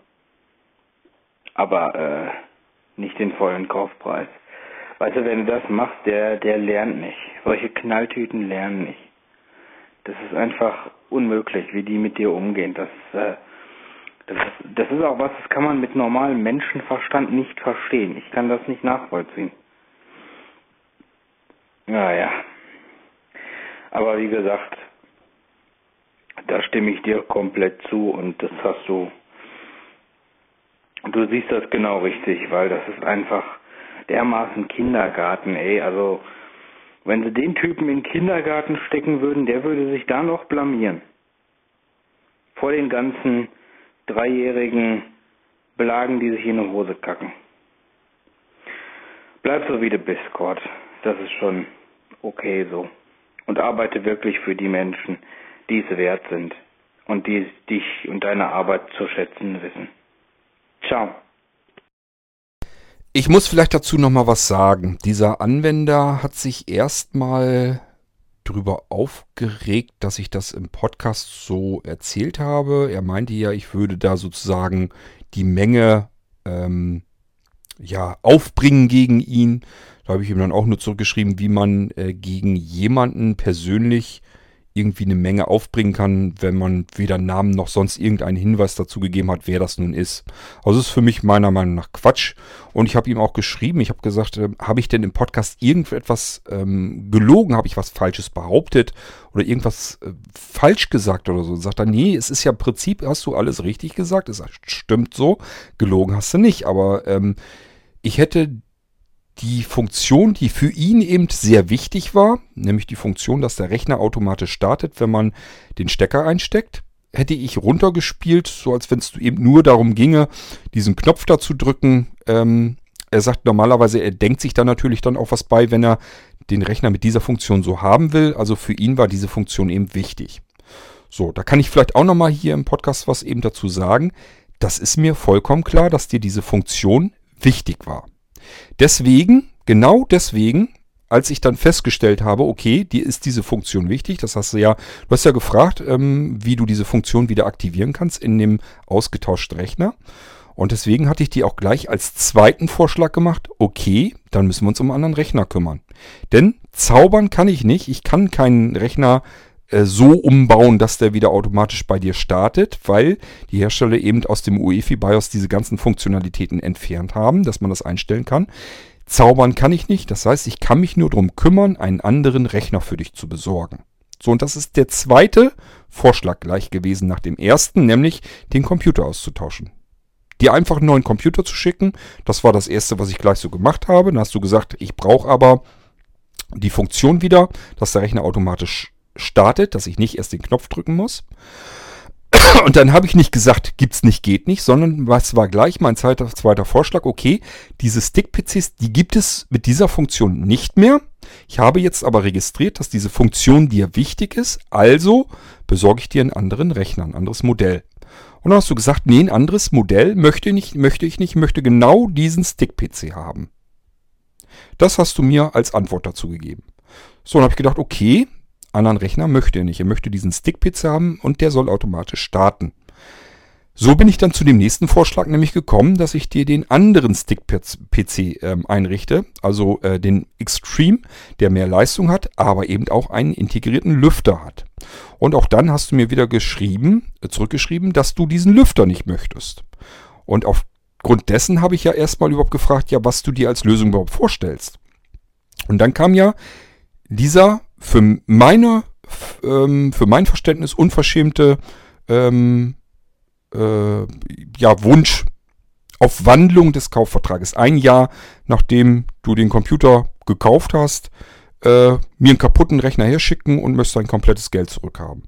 aber nicht den vollen Kaufpreis. Weißt du, wenn du das machst, der lernt nicht. Solche Knalltüten lernen nicht. Das ist einfach unmöglich, wie die mit dir umgehen. Das ist auch was, das kann man mit normalem Menschenverstand nicht verstehen. Ich kann das nicht nachvollziehen. Naja. Aber wie gesagt, da stimme ich dir komplett zu, und das hast du siehst das genau richtig, weil das ist einfach dermaßen Kindergarten, ey. Also, wenn sie den Typen in den Kindergarten stecken würden, der würde sich da noch blamieren. Vor den ganzen 3-jährigen Blagen, die sich in die Hose kacken. Bleib so wie du bist, Kurt. Das ist schon okay so. Und arbeite wirklich für die Menschen, die es wert sind und die dich und deine Arbeit zu schätzen wissen. Ciao. Ich muss vielleicht dazu nochmal was sagen. Dieser Anwender hat sich erstmal drüber aufgeregt, dass ich das im Podcast so erzählt habe. Er meinte ja, ich würde da sozusagen die Menge aufbringen gegen ihn. Da habe ich ihm dann auch nur zurückgeschrieben, wie man gegen jemanden persönlich irgendwie eine Menge aufbringen kann, wenn man weder Namen noch sonst irgendeinen Hinweis dazu gegeben hat, wer das nun ist. Also das ist für mich meiner Meinung nach Quatsch. Und ich habe ihm auch geschrieben, ich habe gesagt, habe ich denn im Podcast irgendetwas gelogen, habe ich was Falsches behauptet oder irgendwas falsch gesagt oder so. Und sagt er, nee, es ist ja im Prinzip, hast du alles richtig gesagt, es stimmt so, gelogen hast du nicht, aber ich hätte die Funktion, die für ihn eben sehr wichtig war, nämlich die Funktion, dass der Rechner automatisch startet, wenn man den Stecker einsteckt, hätte ich runtergespielt, so als wenn es eben nur darum ginge, diesen Knopf da zu drücken. Er sagt normalerweise, er denkt sich da natürlich dann auch was bei, wenn er den Rechner mit dieser Funktion so haben will. Also für ihn war diese Funktion eben wichtig. So, da kann ich vielleicht auch nochmal hier im Podcast was eben dazu sagen. Das ist mir vollkommen klar, dass dir diese Funktion wichtig war. Genau deswegen, als ich dann festgestellt habe, okay, dir ist diese Funktion wichtig, du hast ja gefragt, wie du diese Funktion wieder aktivieren kannst in dem ausgetauschten Rechner. Und deswegen hatte ich dir auch gleich als zweiten Vorschlag gemacht, okay, dann müssen wir uns um einen anderen Rechner kümmern. Denn zaubern kann ich nicht, ich kann keinen Rechner so umbauen, dass der wieder automatisch bei dir startet, weil die Hersteller eben aus dem UEFI BIOS diese ganzen Funktionalitäten entfernt haben, dass man das einstellen kann. Zaubern kann ich nicht, das heißt, ich kann mich nur darum kümmern, einen anderen Rechner für dich zu besorgen. So, und das ist der zweite Vorschlag gleich gewesen nach dem ersten, nämlich den Computer auszutauschen. Dir einfach einen neuen Computer zu schicken, das war das erste, was ich gleich so gemacht habe. Dann hast du gesagt, ich brauche aber die Funktion wieder, dass der Rechner automatisch startet, dass ich nicht erst den Knopf drücken muss. Und dann habe ich nicht gesagt, gibt's nicht, geht nicht, sondern was war gleich mein zweiter Vorschlag, okay, diese Stick-PCs, die gibt es mit dieser Funktion nicht mehr. Ich habe jetzt aber registriert, dass diese Funktion dir wichtig ist, also besorge ich dir einen anderen Rechner, ein anderes Modell. Und dann hast du gesagt, nee, ein anderes Modell möchte ich nicht, möchte genau diesen Stick-PC haben. Das hast du mir als Antwort dazu gegeben. So, dann habe ich gedacht, okay, anderen Rechner möchte er nicht. Er möchte diesen Stick-PC haben und der soll automatisch starten. So bin ich dann zu dem nächsten Vorschlag nämlich gekommen, dass ich dir den anderen Stick-PC einrichte, also den Extreme, der mehr Leistung hat, aber eben auch einen integrierten Lüfter hat. Und auch dann hast du mir wieder zurückgeschrieben, dass du diesen Lüfter nicht möchtest. Und auf aufgrund dessen habe ich ja erstmal überhaupt gefragt, ja, was du dir als Lösung überhaupt vorstellst. Und dann kam ja dieser für mein Verständnis unverschämte Wunsch auf Wandlung des Kaufvertrages. Ein Jahr nachdem du den Computer gekauft hast, mir einen kaputten Rechner herschicken und möchtest dein komplettes Geld zurückhaben.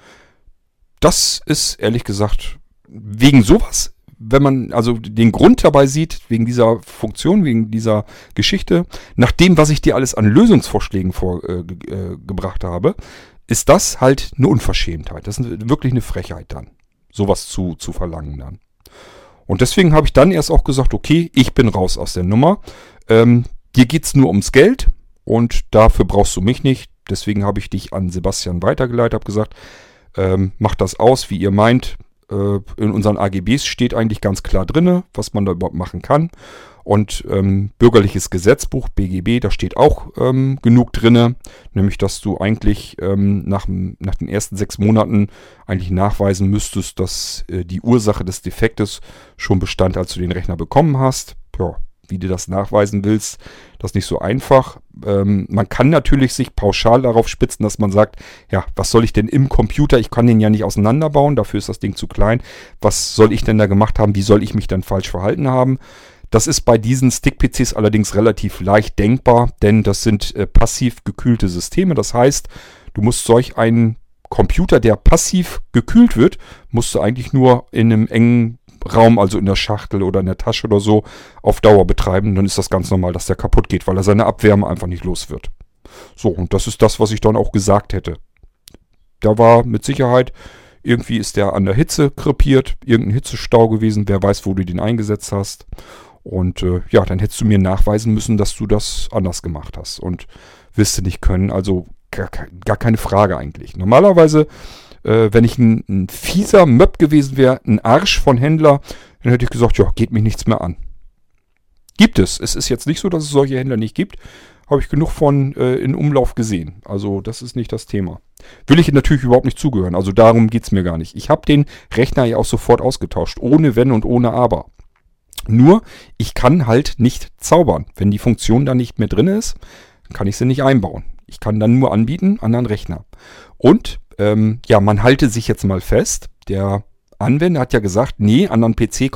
Das ist ehrlich gesagt wegen sowas, wenn man also den Grund dabei sieht, wegen dieser Funktion, wegen dieser Geschichte, nach dem, was ich dir alles an Lösungsvorschlägen gebracht habe, ist das halt eine Unverschämtheit. Das ist wirklich eine Frechheit dann, sowas zu verlangen dann. Und deswegen habe ich dann erst auch gesagt, okay, ich bin raus aus der Nummer. Dir geht's nur ums Geld und dafür brauchst du mich nicht. Deswegen habe ich dich an Sebastian weitergeleitet, habe gesagt, macht das aus, wie ihr meint. In unseren AGBs steht eigentlich ganz klar drinne, was man da überhaupt machen kann. Und bürgerliches Gesetzbuch, BGB, da steht auch genug drinne, nämlich dass du eigentlich nach den ersten 6 Monaten eigentlich nachweisen müsstest, dass die Ursache des Defektes schon bestand, als du den Rechner bekommen hast. Ja, wie du das nachweisen willst, das ist nicht so einfach. Man kann natürlich sich pauschal darauf spitzen, dass man sagt, ja, was soll ich denn im Computer? Ich kann den ja nicht auseinanderbauen, dafür ist das Ding zu klein. Was soll ich denn da gemacht haben? Wie soll ich mich dann falsch verhalten haben? Das ist bei diesen Stick-PCs allerdings relativ leicht denkbar, denn das sind passiv gekühlte Systeme. Das heißt, du musst solch einen Computer, der passiv gekühlt wird, musst du eigentlich nur in einem engen Raum, also in der Schachtel oder in der Tasche oder so, auf Dauer betreiben. Dann ist das ganz normal, dass der kaputt geht, weil er seine Abwärme einfach nicht los wird. So, und das ist das, was ich dann auch gesagt hätte. Da war mit Sicherheit, irgendwie ist der an der Hitze krepiert, irgendein Hitzestau gewesen, wer weiß, wo du den eingesetzt hast. Und ja, dann hättest du mir nachweisen müssen, dass du das anders gemacht hast. Und wirst du nicht können, also gar keine Frage eigentlich. Normalerweise, wenn ich ein fieser Möb gewesen wäre, ein Arsch von Händler, dann hätte ich gesagt, ja, geht mich nichts mehr an. Gibt es. Es ist jetzt nicht so, dass es solche Händler nicht gibt. Habe ich genug von in Umlauf gesehen. Also das ist nicht das Thema. Will ich natürlich überhaupt nicht zugehören. Also darum geht es mir gar nicht. Ich habe den Rechner ja auch sofort ausgetauscht. Ohne Wenn und ohne Aber. Nur, ich kann halt nicht zaubern. Wenn die Funktion da nicht mehr drin ist, kann ich sie nicht einbauen. Ich kann dann nur anbieten, anderen Rechner. Und, ja, man halte sich jetzt mal fest, der Anwender hat ja gesagt, nee, anderer PC,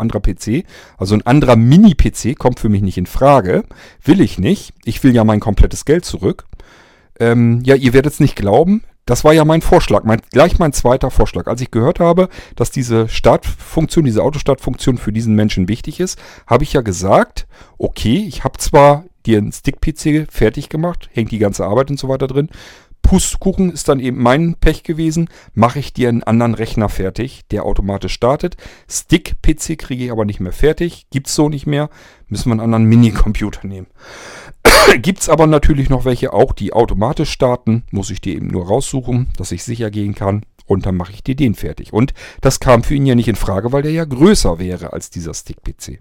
also ein anderer Mini-PC kommt für mich nicht in Frage. Will ich nicht. Ich will ja mein komplettes Geld zurück. Ja, ihr werdet es nicht glauben. Das war ja mein Vorschlag, gleich mein zweiter Vorschlag. Als ich gehört habe, dass diese Startfunktion, diese Autostartfunktion für diesen Menschen wichtig ist, habe ich ja gesagt, okay, ich habe zwar dir einen Stick-PC fertig gemacht, hängt die ganze Arbeit und so weiter drin. Pustekuchen ist dann eben mein Pech gewesen, mache ich dir einen anderen Rechner fertig, der automatisch startet. Stick-PC kriege ich aber nicht mehr fertig, gibt's so nicht mehr, müssen wir einen anderen Minicomputer nehmen. Gibt's aber natürlich noch welche auch, die automatisch starten, muss ich dir eben nur raussuchen, dass ich sicher gehen kann und dann mache ich dir den fertig. Und das kam für ihn ja nicht in Frage, weil der ja größer wäre als dieser Stick-PC.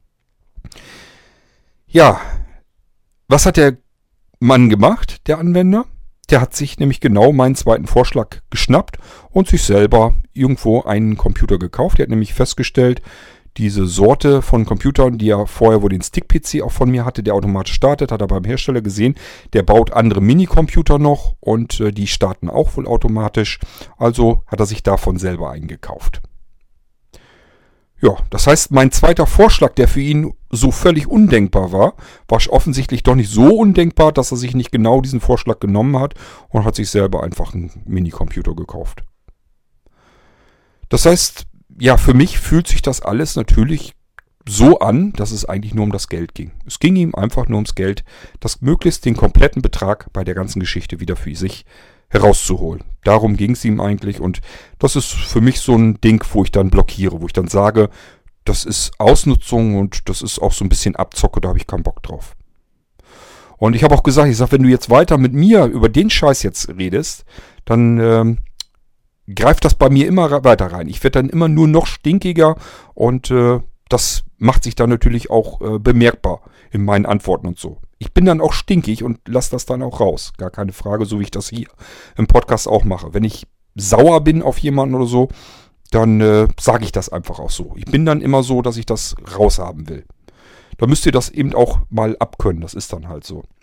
Ja, was hat der Mann gemacht, der Anwender? Der hat sich nämlich genau meinen zweiten Vorschlag geschnappt und sich selber irgendwo einen Computer gekauft. Der hat nämlich festgestellt, diese Sorte von Computern, die er vorher wohl den Stick-PC auch von mir hatte, der automatisch startet, hat er beim Hersteller gesehen. Der baut andere Minicomputer noch und die starten auch wohl automatisch. Also hat er sich davon selber eingekauft. Ja, das heißt, mein zweiter Vorschlag, der für ihn so völlig undenkbar war offensichtlich doch nicht so undenkbar, dass er sich nicht genau diesen Vorschlag genommen hat und hat sich selber einfach einen Minicomputer gekauft. Das heißt, ja, für mich fühlt sich das alles natürlich so an, dass es eigentlich nur um das Geld ging. Es ging ihm einfach nur ums Geld, das möglichst den kompletten Betrag bei der ganzen Geschichte wieder für sich herauszuholen. Darum ging es ihm eigentlich und das ist für mich so ein Ding, wo ich dann blockiere, wo ich dann sage, das ist Ausnutzung und das ist auch so ein bisschen Abzocke, da habe ich keinen Bock drauf. Und ich habe auch gesagt, wenn du jetzt weiter mit mir über den Scheiß jetzt redest, dann greift das bei mir immer weiter rein. Ich werde dann immer nur noch stinkiger und das macht sich dann natürlich auch bemerkbar in meinen Antworten und so. Ich bin dann auch stinkig und lasse das dann auch raus. Gar keine Frage, so wie ich das hier im Podcast auch mache. Wenn ich sauer bin auf jemanden oder so, dann sage ich das einfach auch so. Ich bin dann immer so, dass ich das raushaben will. Da müsst ihr das eben auch mal abkönnen. Das ist dann halt so.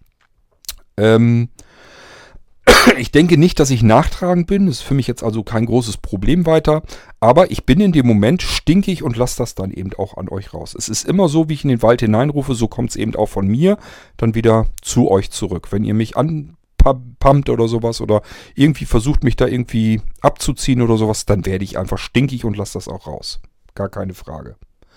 Ich denke nicht, dass ich nachtragend bin. Das ist für mich jetzt also kein großes Problem weiter. Aber ich bin in dem Moment stinkig und lasse das dann eben auch an euch raus. Es ist immer so, wie ich in den Wald hineinrufe, so kommt es eben auch von mir dann wieder zu euch zurück. Wenn ihr mich anpumpt oder sowas oder irgendwie versucht, mich da irgendwie abzuziehen oder sowas, dann werde ich einfach stinkig und lasse das auch raus. Gar keine Frage.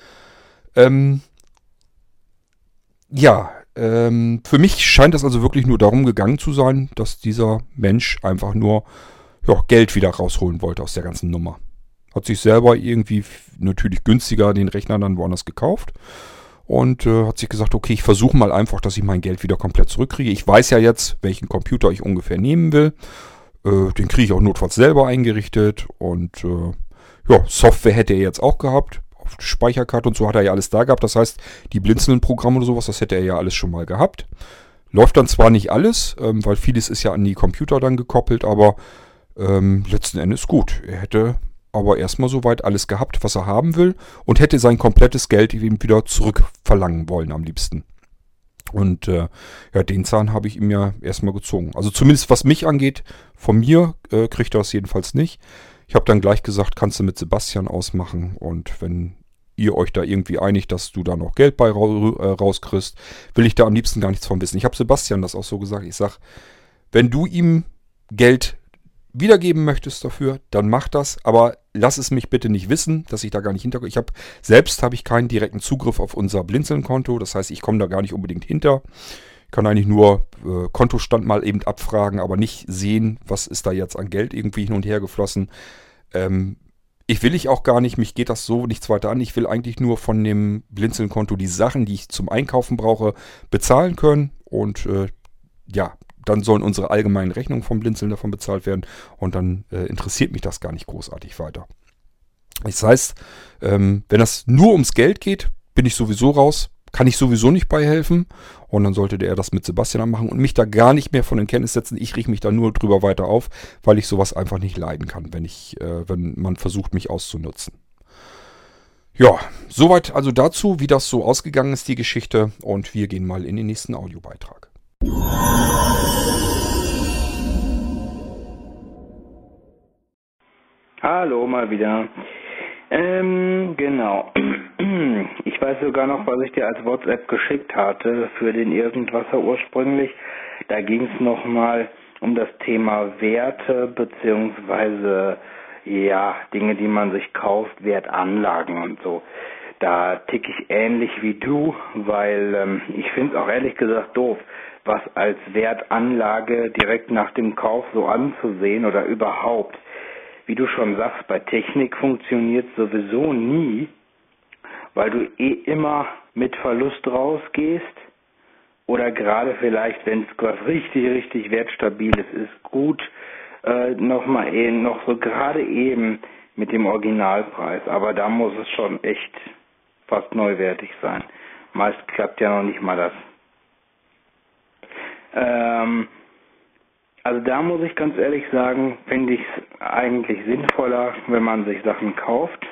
Für mich scheint das also wirklich nur darum gegangen zu sein, dass dieser Mensch einfach nur Geld wieder rausholen wollte aus der ganzen Nummer. Hat sich selber irgendwie natürlich günstiger den Rechner dann woanders gekauft und hat sich gesagt, okay, ich versuche mal einfach, dass ich mein Geld wieder komplett zurückkriege. Ich weiß ja jetzt, welchen Computer ich ungefähr nehmen will. Den kriege ich auch notfalls selber eingerichtet und Software hätte er jetzt auch gehabt. Auf die Speicherkarte und so hat er ja alles da gehabt. Das heißt, die Blinzeln-Programme oder sowas, das hätte er ja alles schon mal gehabt. Läuft dann zwar nicht alles, weil vieles ist ja an die Computer dann gekoppelt, aber letzten Endes gut. Er hätte aber erstmal soweit alles gehabt, was er haben will und hätte sein komplettes Geld ihm wieder zurückverlangen wollen am liebsten. Und den Zahn habe ich ihm ja erstmal gezogen. Also zumindest was mich angeht, von mir kriegt er das jedenfalls nicht. Ich habe dann gleich gesagt, kannst du mit Sebastian ausmachen und wenn ihr euch da irgendwie einigt, dass du da noch Geld bei rauskriegst, will ich da am liebsten gar nichts von wissen. Ich habe Sebastian das auch so gesagt. Ich sage, wenn du ihm Geld wiedergeben möchtest dafür, dann mach das, aber lass es mich bitte nicht wissen, dass ich da gar nicht hinterkomme. Selbst habe ich keinen direkten Zugriff auf unser Blinzeln-Konto, das heißt, ich komme da gar nicht unbedingt hinter. Ich kann eigentlich nur Kontostand mal eben abfragen, aber nicht sehen, was ist da jetzt an Geld irgendwie hin und her geflossen. Will ich auch gar nicht, mich geht das so nichts weiter an. Ich will eigentlich nur von dem Blinzeln-Konto die Sachen, die ich zum Einkaufen brauche, bezahlen können. Und dann sollen unsere allgemeinen Rechnungen vom Blinzeln davon bezahlt werden. Und dann interessiert mich das gar nicht großartig weiter. Das heißt, wenn das nur ums Geld geht, bin ich sowieso raus. Kann ich sowieso nicht beihelfen. Und dann sollte der das mit Sebastian machen und mich da gar nicht mehr von in Kenntnis setzen. Ich rieche mich da nur drüber weiter auf, weil ich sowas einfach nicht leiden kann, wenn man versucht, mich auszunutzen. Ja, soweit also dazu, wie das so ausgegangen ist, die Geschichte. Und wir gehen mal in den nächsten Audiobeitrag. Hallo, mal wieder. Genau. Ich weiß sogar noch, was ich dir als WhatsApp geschickt hatte für den Irgendwasser ursprünglich. Da ging es nochmal um das Thema Werte beziehungsweise Dinge, die man sich kauft, Wertanlagen und so. Da ticke ich ähnlich wie du, weil ich finde es auch ehrlich gesagt doof, was als Wertanlage direkt nach dem Kauf so anzusehen oder überhaupt. Wie du schon sagst, bei Technik funktioniert sowieso nie, weil du immer mit Verlust rausgehst oder gerade vielleicht, wenn es was richtig, richtig Wertstabiles ist, gut noch so gerade eben mit dem Originalpreis. Aber da muss es schon echt fast neuwertig sein. Meist klappt ja noch nicht mal das. Also da muss ich ganz ehrlich sagen, finde ich es eigentlich sinnvoller, wenn man sich Sachen kauft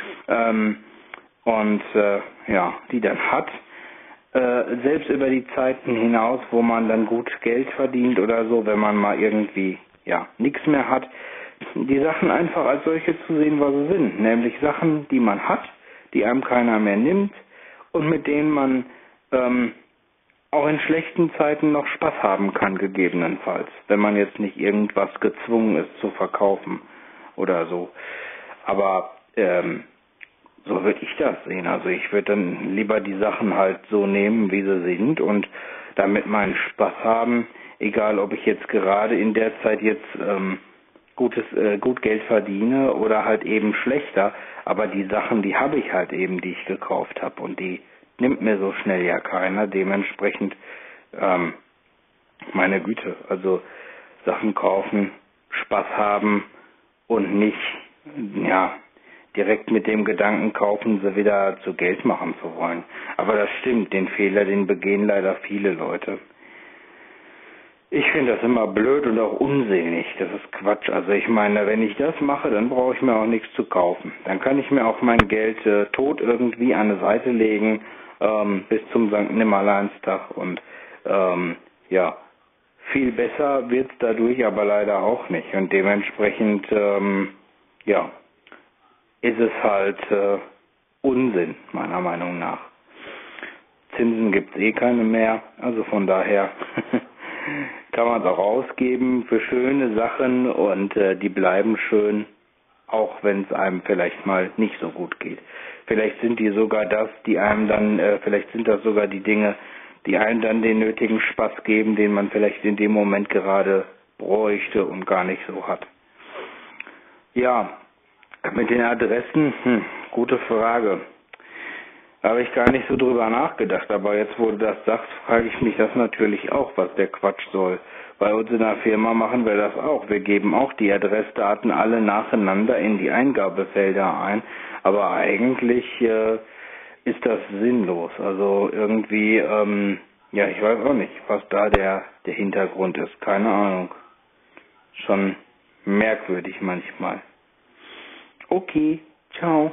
die dann hat. Selbst über die Zeiten hinaus, wo man dann gut Geld verdient oder so, wenn man mal irgendwie nichts mehr hat, die Sachen einfach als solche zu sehen, was sie sind. Nämlich Sachen, die man hat, die einem keiner mehr nimmt und mit denen man auch in schlechten Zeiten noch Spaß haben kann, gegebenenfalls, wenn man jetzt nicht irgendwas gezwungen ist zu verkaufen oder so. Aber so würde ich das sehen. Also ich würde dann lieber die Sachen halt so nehmen, wie sie sind und damit meinen Spaß haben, egal ob ich jetzt gerade in der Zeit jetzt gut Geld verdiene oder halt eben schlechter, aber die Sachen, die habe ich halt eben, die ich gekauft habe und die nimmt mir so schnell ja keiner, dementsprechend meine Güte, also Sachen kaufen, Spaß haben und nicht direkt mit dem Gedanken kaufen, sie wieder zu Geld machen zu wollen. Aber das stimmt, den Fehler, den begehen leider viele Leute. Ich finde das immer blöd und auch unsinnig. Das ist Quatsch. Also ich meine, wenn ich das mache, dann brauche ich mir auch nichts zu kaufen. Dann kann ich mir auch mein Geld tot irgendwie an eine Seite legen bis zum St. Nimmerleinstag. Und ja, viel besser wird es dadurch aber leider auch nicht. Und dementsprechend, ja, ist es halt Unsinn, meiner Meinung nach. Zinsen gibt es eh keine mehr. Also von daher kann man es auch ausgeben für schöne Sachen und die bleiben schön, auch wenn es einem vielleicht mal nicht so gut geht. Vielleicht sind die sogar das, die einem dann, vielleicht sind das sogar die Dinge, die einem dann den nötigen Spaß geben, den man vielleicht in dem Moment gerade bräuchte und gar nicht so hat. Ja, mit den Adressen, gute Frage. Da habe ich gar nicht so drüber nachgedacht, aber jetzt, wo du das sagst, frage ich mich das natürlich auch, was der Quatsch soll. Bei uns in der Firma machen wir das auch. Wir geben auch die Adressdaten alle nacheinander in die Eingabefelder ein, aber eigentlich ist das sinnlos. Also irgendwie, ja, ich weiß auch nicht, was da der Hintergrund ist. Keine Ahnung. Schon merkwürdig manchmal. Okay, ciao.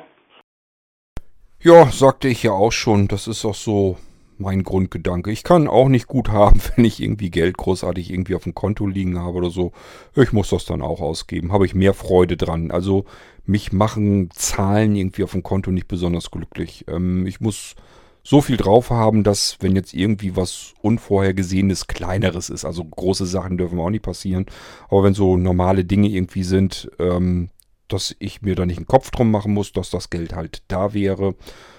Ja, sagte ich ja auch schon, das ist auch so mein Grundgedanke. Ich kann auch nicht gut haben, wenn ich irgendwie Geld großartig irgendwie auf dem Konto liegen habe oder so. Ich muss das dann auch ausgeben. Habe ich mehr Freude dran. Also mich machen Zahlen irgendwie auf dem Konto nicht besonders glücklich. Ich muss so viel drauf haben, dass wenn jetzt irgendwie was Unvorhergesehenes, Kleineres ist, also große Sachen dürfen auch nicht passieren, aber wenn so normale Dinge irgendwie sind, dass ich mir da nicht einen Kopf drum machen muss, dass das Geld halt da wäre.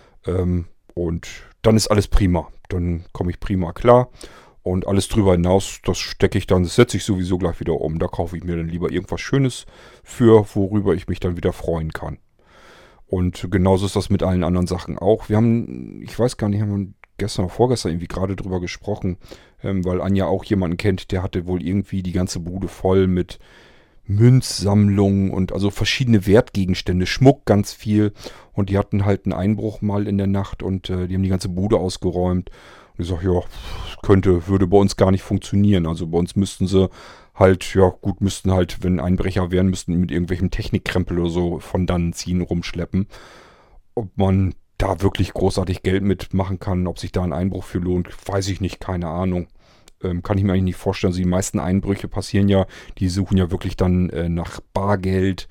Und dann ist alles prima. Dann komme ich prima klar. Und alles drüber hinaus, das stecke ich dann, das setze ich sowieso gleich wieder um. Da kaufe ich mir dann lieber irgendwas Schönes für, worüber ich mich dann wieder freuen kann. Und genauso ist das mit allen anderen Sachen auch. Wir haben, ich weiß gar nicht, haben wir gestern oder vorgestern irgendwie gerade drüber gesprochen, weil Anja auch jemanden kennt, der hatte wohl irgendwie die ganze Bude voll mit Münzsammlungen und also verschiedene Wertgegenstände, Schmuck ganz viel. Und die hatten halt einen Einbruch mal in der Nacht und die haben die ganze Bude ausgeräumt. Und ich sage, ja, würde bei uns gar nicht funktionieren. Also bei uns müssten sie halt, ja gut, müssten halt, wenn Einbrecher wären, müssten mit irgendwelchem Technikkrempel oder so von dannen ziehen, rumschleppen. Ob man da wirklich großartig Geld mitmachen kann, ob sich da ein Einbruch für lohnt, weiß ich nicht, keine Ahnung. Kann ich mir eigentlich nicht vorstellen. Also die meisten Einbrüche passieren ja, die suchen ja wirklich dann nach Bargeld,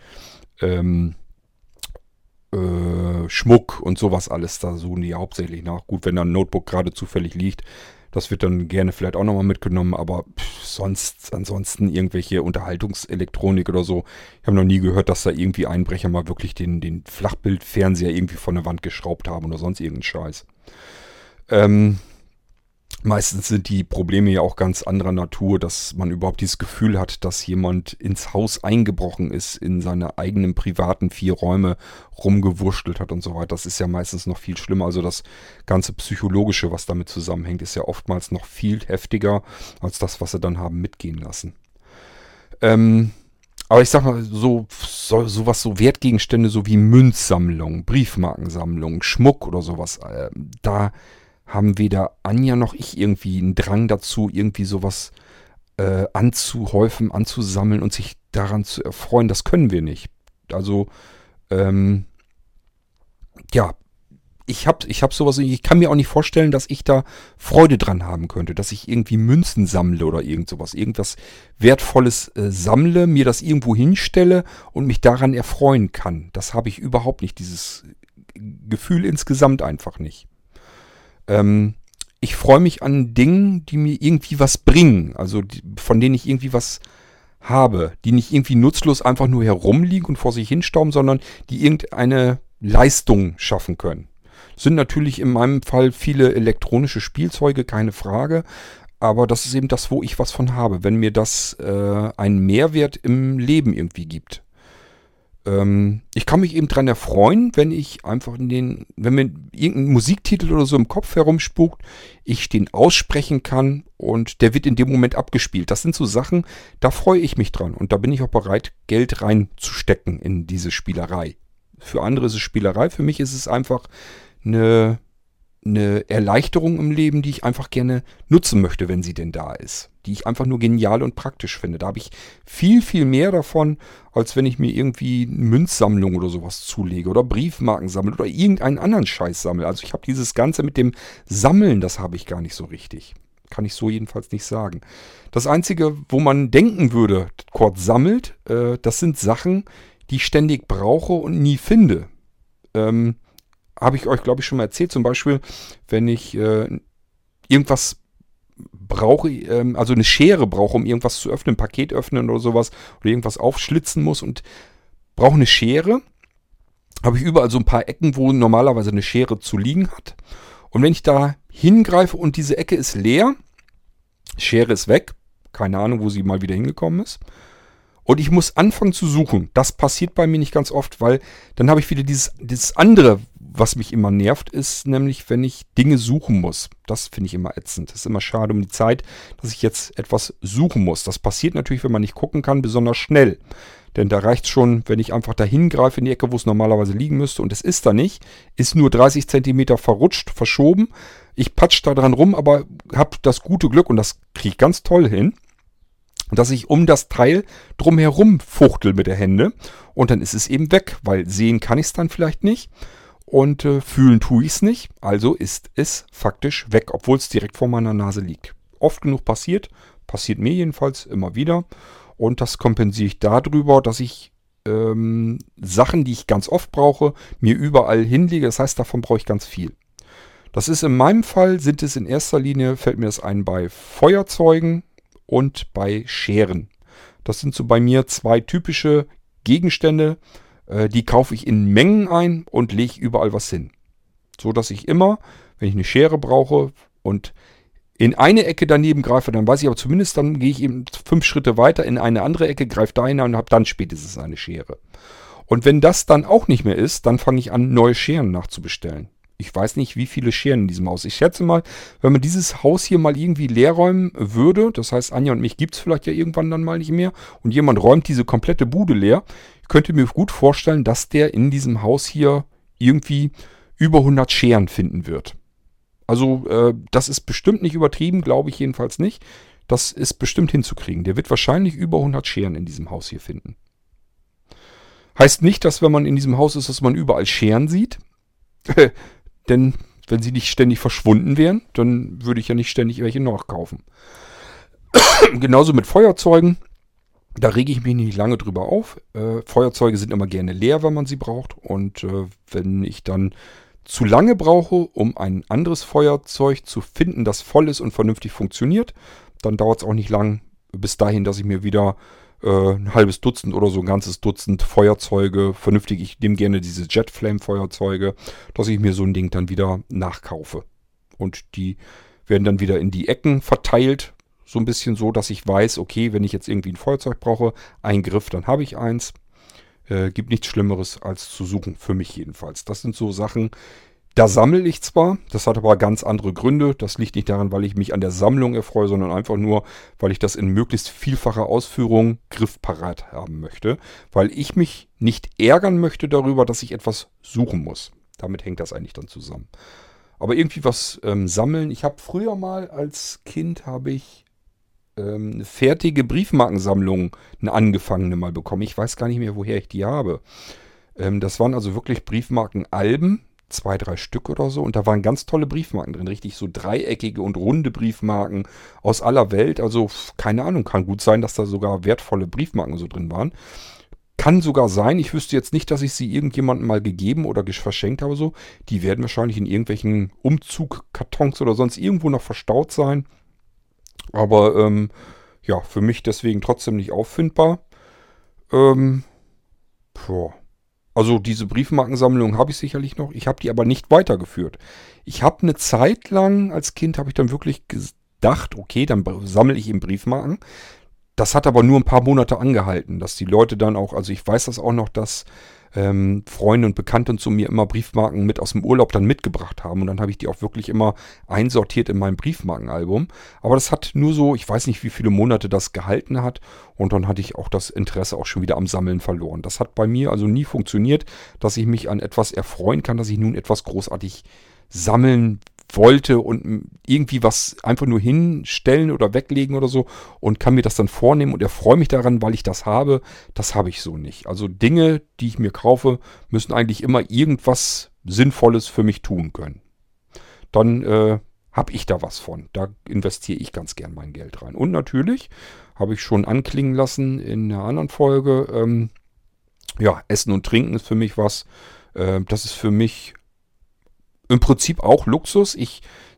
Schmuck und sowas alles. Da suchen die ja hauptsächlich nach. Gut, wenn da ein Notebook gerade zufällig liegt, das wird dann gerne vielleicht auch nochmal mitgenommen, aber sonst, ansonsten irgendwelche Unterhaltungselektronik oder so. Ich habe noch nie gehört, dass da irgendwie Einbrecher mal wirklich den Flachbildfernseher irgendwie von der Wand geschraubt haben oder sonst irgendeinen Scheiß. Meistens sind die Probleme ja auch ganz anderer Natur, dass man überhaupt dieses Gefühl hat, dass jemand ins Haus eingebrochen ist, in seine eigenen privaten 4 Räume rumgewurschtelt hat und so weiter. Das ist ja meistens noch viel schlimmer. Also das ganze Psychologische, was damit zusammenhängt, ist ja oftmals noch viel heftiger als das, was sie dann haben mitgehen lassen. Aber ich sag mal, sowas, so Wertgegenstände, so wie Münzsammlung, Briefmarkensammlung, Schmuck oder sowas, da haben weder Anja noch ich irgendwie einen Drang dazu, irgendwie sowas anzuhäufen, anzusammeln und sich daran zu erfreuen. Das können wir nicht. Also, ja, ich hab sowas, ich kann mir auch nicht vorstellen, dass ich da Freude dran haben könnte, dass ich irgendwie Münzen sammle oder irgend sowas, irgendwas Wertvolles sammle, mir das irgendwo hinstelle und mich daran erfreuen kann. Das habe ich überhaupt nicht, dieses Gefühl insgesamt einfach nicht. Ich freue mich an Dingen, die mir irgendwie was bringen, also von denen ich irgendwie was habe, die nicht irgendwie nutzlos einfach nur herumliegen und vor sich hinstauben, sondern die irgendeine Leistung schaffen können. Das sind natürlich in meinem Fall viele elektronische Spielzeuge, keine Frage, aber das ist eben das, wo ich was von habe, wenn mir das einen Mehrwert im Leben irgendwie gibt. Ich kann mich eben dran erfreuen, wenn ich einfach wenn mir irgendein Musiktitel oder so im Kopf herumspukt, ich den aussprechen kann und der wird in dem Moment abgespielt. Das sind so Sachen, da freue ich mich dran und da bin ich auch bereit, Geld reinzustecken in diese Spielerei. Für andere ist es Spielerei, für mich ist es einfach eine eine Erleichterung im Leben, die ich einfach gerne nutzen möchte, wenn sie denn da ist. Die ich einfach nur genial und praktisch finde. Da habe ich viel, viel mehr davon, als wenn ich mir irgendwie eine Münzsammlung oder sowas zulege oder Briefmarken sammle oder irgendeinen anderen Scheiß sammle. Also ich habe dieses Ganze mit dem Sammeln, das habe ich gar nicht so richtig. Kann ich so jedenfalls nicht sagen. Das Einzige, wo man denken würde, Kurt sammelt, das sind Sachen, die ich ständig brauche und nie finde. Habe ich euch, glaube ich, schon mal erzählt. Zum Beispiel, wenn ich irgendwas brauche, also eine Schere brauche, um irgendwas zu öffnen, ein Paket öffnen oder sowas, oder irgendwas aufschlitzen muss und brauche eine Schere, habe ich überall so ein paar Ecken, wo normalerweise eine Schere zu liegen hat. Und wenn ich da hingreife und diese Ecke ist leer, Schere ist weg, keine Ahnung, wo sie mal wieder hingekommen ist, und ich muss anfangen zu suchen. Das passiert bei mir nicht ganz oft, weil dann habe ich wieder dieses andere, was mich immer nervt, ist nämlich, wenn ich Dinge suchen muss. Das finde ich immer ätzend. Das ist immer schade um die Zeit, dass ich jetzt etwas suchen muss. Das passiert natürlich, wenn man nicht gucken kann, besonders schnell. Denn da reicht es schon, wenn ich einfach da hingreife in die Ecke, wo es normalerweise liegen müsste. Und es ist da nicht. Ist nur 30 Zentimeter verrutscht, verschoben. Ich patsch da dran rum, aber habe das gute Glück, und das kriege ich ganz toll hin, dass ich um das Teil drumherum fuchtel mit der Hände. Und dann ist es eben weg, weil sehen kann ich es dann vielleicht nicht. Und fühlen tue ich es nicht. Also ist es faktisch weg, obwohl es direkt vor meiner Nase liegt. Oft genug passiert mir jedenfalls immer wieder. Und das kompensiere ich darüber, dass ich Sachen, die ich ganz oft brauche, mir überall hinlege. Das heißt, davon brauche ich ganz viel. Das ist in meinem Fall, sind es in erster Linie, fällt mir das ein, bei Feuerzeugen und bei Scheren. Das sind so bei mir zwei typische Gegenstände, die kaufe ich in Mengen ein und lege überall was hin. So dass ich immer, wenn ich eine Schere brauche und in eine Ecke daneben greife, dann weiß ich aber zumindest, dann gehe ich eben 5 Schritte weiter in eine andere Ecke, greife da hinein und habe dann spätestens eine Schere. Und wenn das dann auch nicht mehr ist, dann fange ich an, neue Scheren nachzubestellen. Ich weiß nicht, wie viele Scheren in diesem Haus. Ich schätze mal, wenn man dieses Haus hier mal irgendwie leer räumen würde, das heißt, Anja und mich gibt es vielleicht ja irgendwann dann mal nicht mehr, und jemand räumt diese komplette Bude leer, ich könnte mir gut vorstellen, dass der in diesem Haus hier irgendwie über 100 Scheren finden wird. Also das ist bestimmt nicht übertrieben, glaube ich jedenfalls nicht. Das ist bestimmt hinzukriegen. Der wird wahrscheinlich über 100 Scheren in diesem Haus hier finden. Heißt nicht, dass wenn man in diesem Haus ist, dass man überall Scheren sieht. Denn wenn sie nicht ständig verschwunden wären, dann würde ich ja nicht ständig welche nachkaufen. Genauso mit Feuerzeugen. Da rege ich mich nicht lange drüber auf. Feuerzeuge sind immer gerne leer, wenn man sie braucht. Und wenn ich dann zu lange brauche, um ein anderes Feuerzeug zu finden, das voll ist und vernünftig funktioniert, dann dauert es auch nicht lang bis dahin, dass ich mir wieder ein halbes Dutzend oder so ein ganzes Dutzend Feuerzeuge, vernünftig, ich nehme gerne diese Jetflame-Feuerzeuge, dass ich mir so ein Ding dann wieder nachkaufe. Und die werden dann wieder in die Ecken verteilt, so ein bisschen so, dass ich weiß, okay, wenn ich jetzt irgendwie ein Feuerzeug brauche, ein Griff, dann habe ich eins. Gibt nichts Schlimmeres als zu suchen, für mich jedenfalls. Das sind so Sachen, da sammle ich zwar, das hat aber ganz andere Gründe. Das liegt nicht daran, weil ich mich an der Sammlung erfreue, sondern einfach nur, weil ich das in möglichst vielfacher Ausführung griffparat haben möchte. Weil ich mich nicht ärgern möchte darüber, dass ich etwas suchen muss. Damit hängt das eigentlich dann zusammen. Aber irgendwie was sammeln. Ich habe früher mal als Kind, eine fertige Briefmarkensammlung, eine angefangene mal bekommen. Ich weiß gar nicht mehr, woher ich die habe. Das waren also wirklich Briefmarkenalben, 2, 3 Stück oder so. Und da waren ganz tolle Briefmarken drin. Richtig so dreieckige und runde Briefmarken aus aller Welt. Also keine Ahnung, kann gut sein, dass da sogar wertvolle Briefmarken so drin waren. Kann sogar sein, ich wüsste jetzt nicht, dass ich sie irgendjemandem mal gegeben oder verschenkt habe. So. Die werden wahrscheinlich in irgendwelchen Umzugkartons oder sonst irgendwo noch verstaut sein. Aber ja, für mich deswegen trotzdem nicht auffindbar. Also diese Briefmarkensammlung habe ich sicherlich noch. Ich habe die aber nicht weitergeführt. Ich habe eine Zeit lang als Kind, habe ich dann wirklich gedacht, okay, dann sammle ich eben Briefmarken. Das hat aber nur ein paar Monate angehalten, dass die Leute dann auch, also ich weiß das auch noch, dass Freunde und Bekannte zu mir immer Briefmarken mit aus dem Urlaub dann mitgebracht haben. Und dann habe ich die auch wirklich immer einsortiert in mein Briefmarkenalbum. Aber das hat nur so, ich weiß nicht, wie viele Monate das gehalten hat. Und dann hatte ich auch das Interesse auch schon wieder am Sammeln verloren. Das hat bei mir also nie funktioniert, dass ich mich an etwas erfreuen kann, dass ich nun etwas großartig sammeln wollte und irgendwie was einfach nur hinstellen oder weglegen oder so und kann mir das dann vornehmen und erfreue mich daran, weil ich das habe ich so nicht. Also Dinge, die ich mir kaufe, müssen eigentlich immer irgendwas Sinnvolles für mich tun können. Dann habe ich da was von. Da investiere ich ganz gern mein Geld rein. Und natürlich habe ich schon anklingen lassen in einer anderen Folge, ja, Essen und Trinken ist für mich was. Das ist für mich im Prinzip auch Luxus. Ich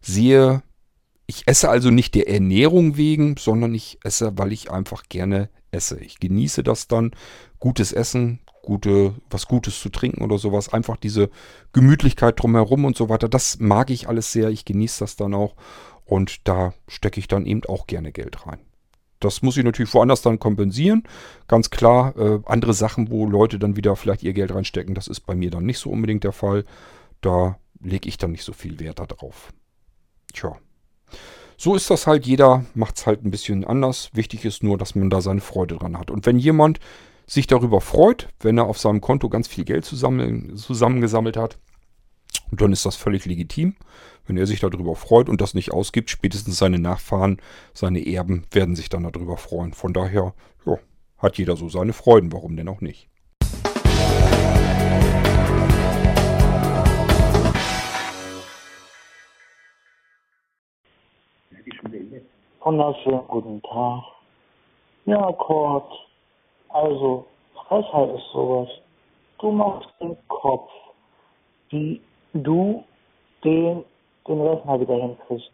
esse also nicht der Ernährung wegen, sondern ich esse, weil ich einfach gerne esse. Ich genieße das dann. Gutes Essen, was Gutes zu trinken oder sowas. Einfach diese Gemütlichkeit drumherum und so weiter. Das mag ich alles sehr. Ich genieße das dann auch. Und da stecke ich dann eben auch gerne Geld rein. Das muss ich natürlich woanders dann kompensieren. Ganz klar, andere Sachen, wo Leute dann wieder vielleicht ihr Geld reinstecken, das ist bei mir dann nicht so unbedingt der Fall. Da lege ich dann nicht so viel Wert darauf. Tja. So ist das halt. Jeder macht es halt ein bisschen anders. Wichtig ist nur, dass man da seine Freude dran hat. Und wenn jemand sich darüber freut, wenn er auf seinem Konto ganz viel Geld zusammengesammelt hat, dann ist das völlig legitim. Wenn er sich darüber freut und das nicht ausgibt, spätestens seine Nachfahren, seine Erben werden sich dann darüber freuen. Von daher, ja, hat jeder so seine Freuden. Warum denn auch nicht? Wunderschönen guten Tag. Ja, Kurt. Also, Frechheit ist sowas. Du machst den Kopf, wie du den Rechner wieder hinkriegst.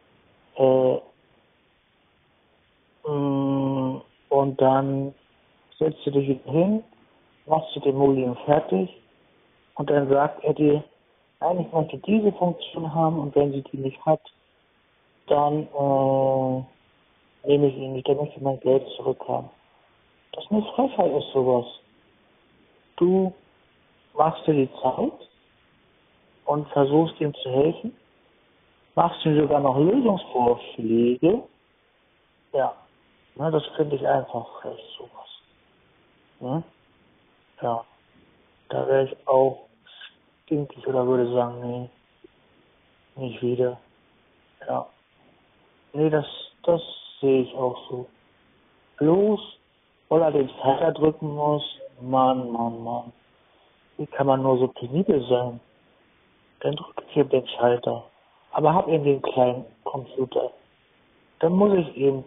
Und dann setzt du dich wieder hin, machst du den Molin fertig und dann sagt er dir, nein, ich möchte diese Funktion haben und wenn sie die nicht hat, dann nehme ich ihn nicht, dann möchte ich mein Geld zurückhaben. Das ist eine Frechheit, ist sowas. Du machst dir die Zeit und versuchst ihm zu helfen, machst ihm sogar noch Lösungsvorschläge. Ja, ne, das finde ich einfach frech, sowas. Ne? Ja, da wäre ich auch stinkig oder würde sagen, nee, nicht wieder. Ja. Nee, das sehe ich auch so. Bloß, weil er den Schalter drücken muss, Mann. Wie kann man nur so penibel sein? Dann drücke ich eben den Schalter. Aber hab eben den kleinen Computer. Dann muss ich eben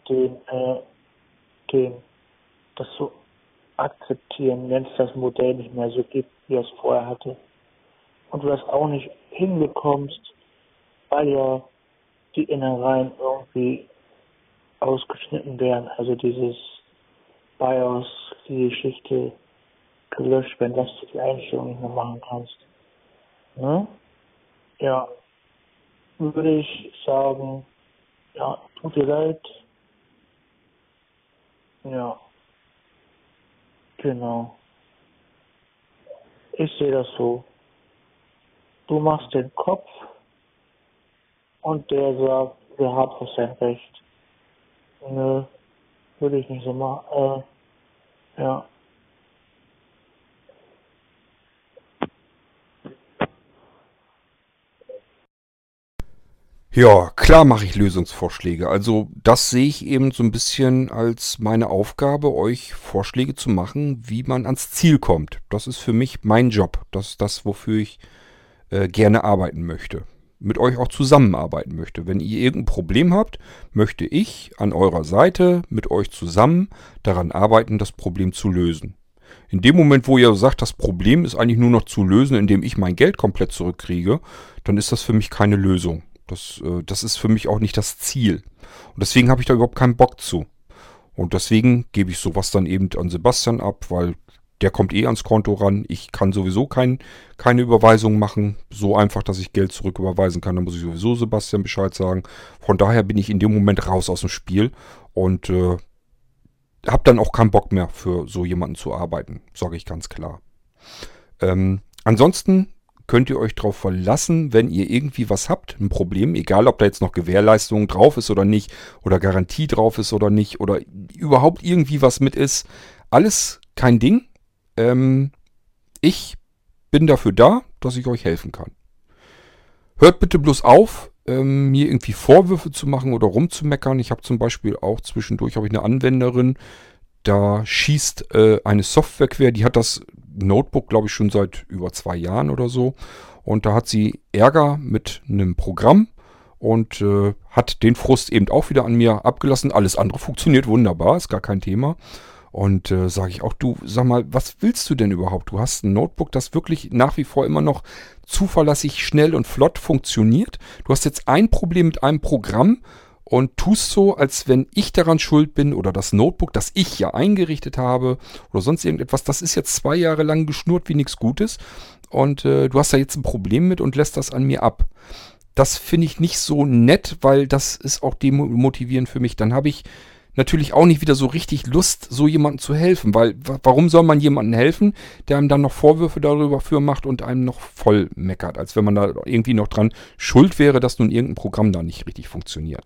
das so akzeptieren, wenn es das Modell nicht mehr so gibt, wie es vorher hatte. Und du das auch nicht hinbekommst, weil ja die Innereien irgendwie ausgeschnitten werden, also dieses BIOS, die Geschichte gelöscht werden, dass du die Einstellung nicht mehr machen kannst. Ne? Ja, würde ich sagen, ja, tut dir leid. Ja, genau. Ich sehe das so. Du machst den Kopf und der sagt, wir haben sein Recht. Nö, würde ich nicht so machen. Ja. Ja, klar mache ich Lösungsvorschläge. Also das sehe ich eben so ein bisschen als meine Aufgabe, euch Vorschläge zu machen, wie man ans Ziel kommt. Das ist für mich mein Job. Das ist das, wofür ich gerne arbeiten möchte. Mit euch auch zusammenarbeiten möchte. Wenn ihr irgendein Problem habt, möchte ich an eurer Seite mit euch zusammen daran arbeiten, das Problem zu lösen. In dem Moment, wo ihr sagt, das Problem ist eigentlich nur noch zu lösen, indem ich mein Geld komplett zurückkriege, dann ist das für mich keine Lösung. Das ist für mich auch nicht das Ziel. Und deswegen habe ich da überhaupt keinen Bock zu. Und deswegen gebe ich sowas dann eben an Sebastian ab, weil der kommt eh ans Konto ran. Ich kann sowieso keine Überweisung machen. So einfach, dass ich Geld zurücküberweisen kann. Da muss ich sowieso Sebastian Bescheid sagen. Von daher bin ich in dem Moment raus aus dem Spiel und habe dann auch keinen Bock mehr für so jemanden zu arbeiten. Sage ich ganz klar. Ansonsten könnt ihr euch darauf verlassen, wenn ihr irgendwie was habt, ein Problem, egal ob da jetzt noch Gewährleistung drauf ist oder nicht, oder Garantie drauf ist oder nicht, oder überhaupt irgendwie was mit ist. Alles kein Ding. Ich bin dafür da, dass ich euch helfen kann. Hört bitte bloß auf, mir irgendwie Vorwürfe zu machen oder rumzumeckern. Ich habe zum Beispiel auch zwischendurch habe ich eine Anwenderin, da schießt eine Software quer, die hat das Notebook, glaube ich, schon seit über 2 Jahren oder so. Und da hat sie Ärger mit einem Programm und hat den Frust eben auch wieder an mir abgelassen. Alles andere funktioniert wunderbar, ist gar kein Thema. Und sage ich auch, du, sag mal, was willst du denn überhaupt? Du hast ein Notebook, das wirklich nach wie vor immer noch zuverlässig, schnell und flott funktioniert. Du hast jetzt ein Problem mit einem Programm und tust so, als wenn ich daran schuld bin oder das Notebook, das ich ja eingerichtet habe oder sonst irgendetwas. Das ist jetzt 2 Jahre lang geschnurrt wie nichts Gutes und du hast da jetzt ein Problem mit und lässt das an mir ab. Das finde ich nicht so nett, weil das ist auch demotivierend für mich. Dann habe ich natürlich auch nicht wieder so richtig Lust, so jemandem zu helfen, weil warum soll man jemandem helfen, der einem dann noch Vorwürfe darüber für macht und einem noch voll meckert, als wenn man da irgendwie noch dran schuld wäre, dass nun irgendein Programm da nicht richtig funktioniert.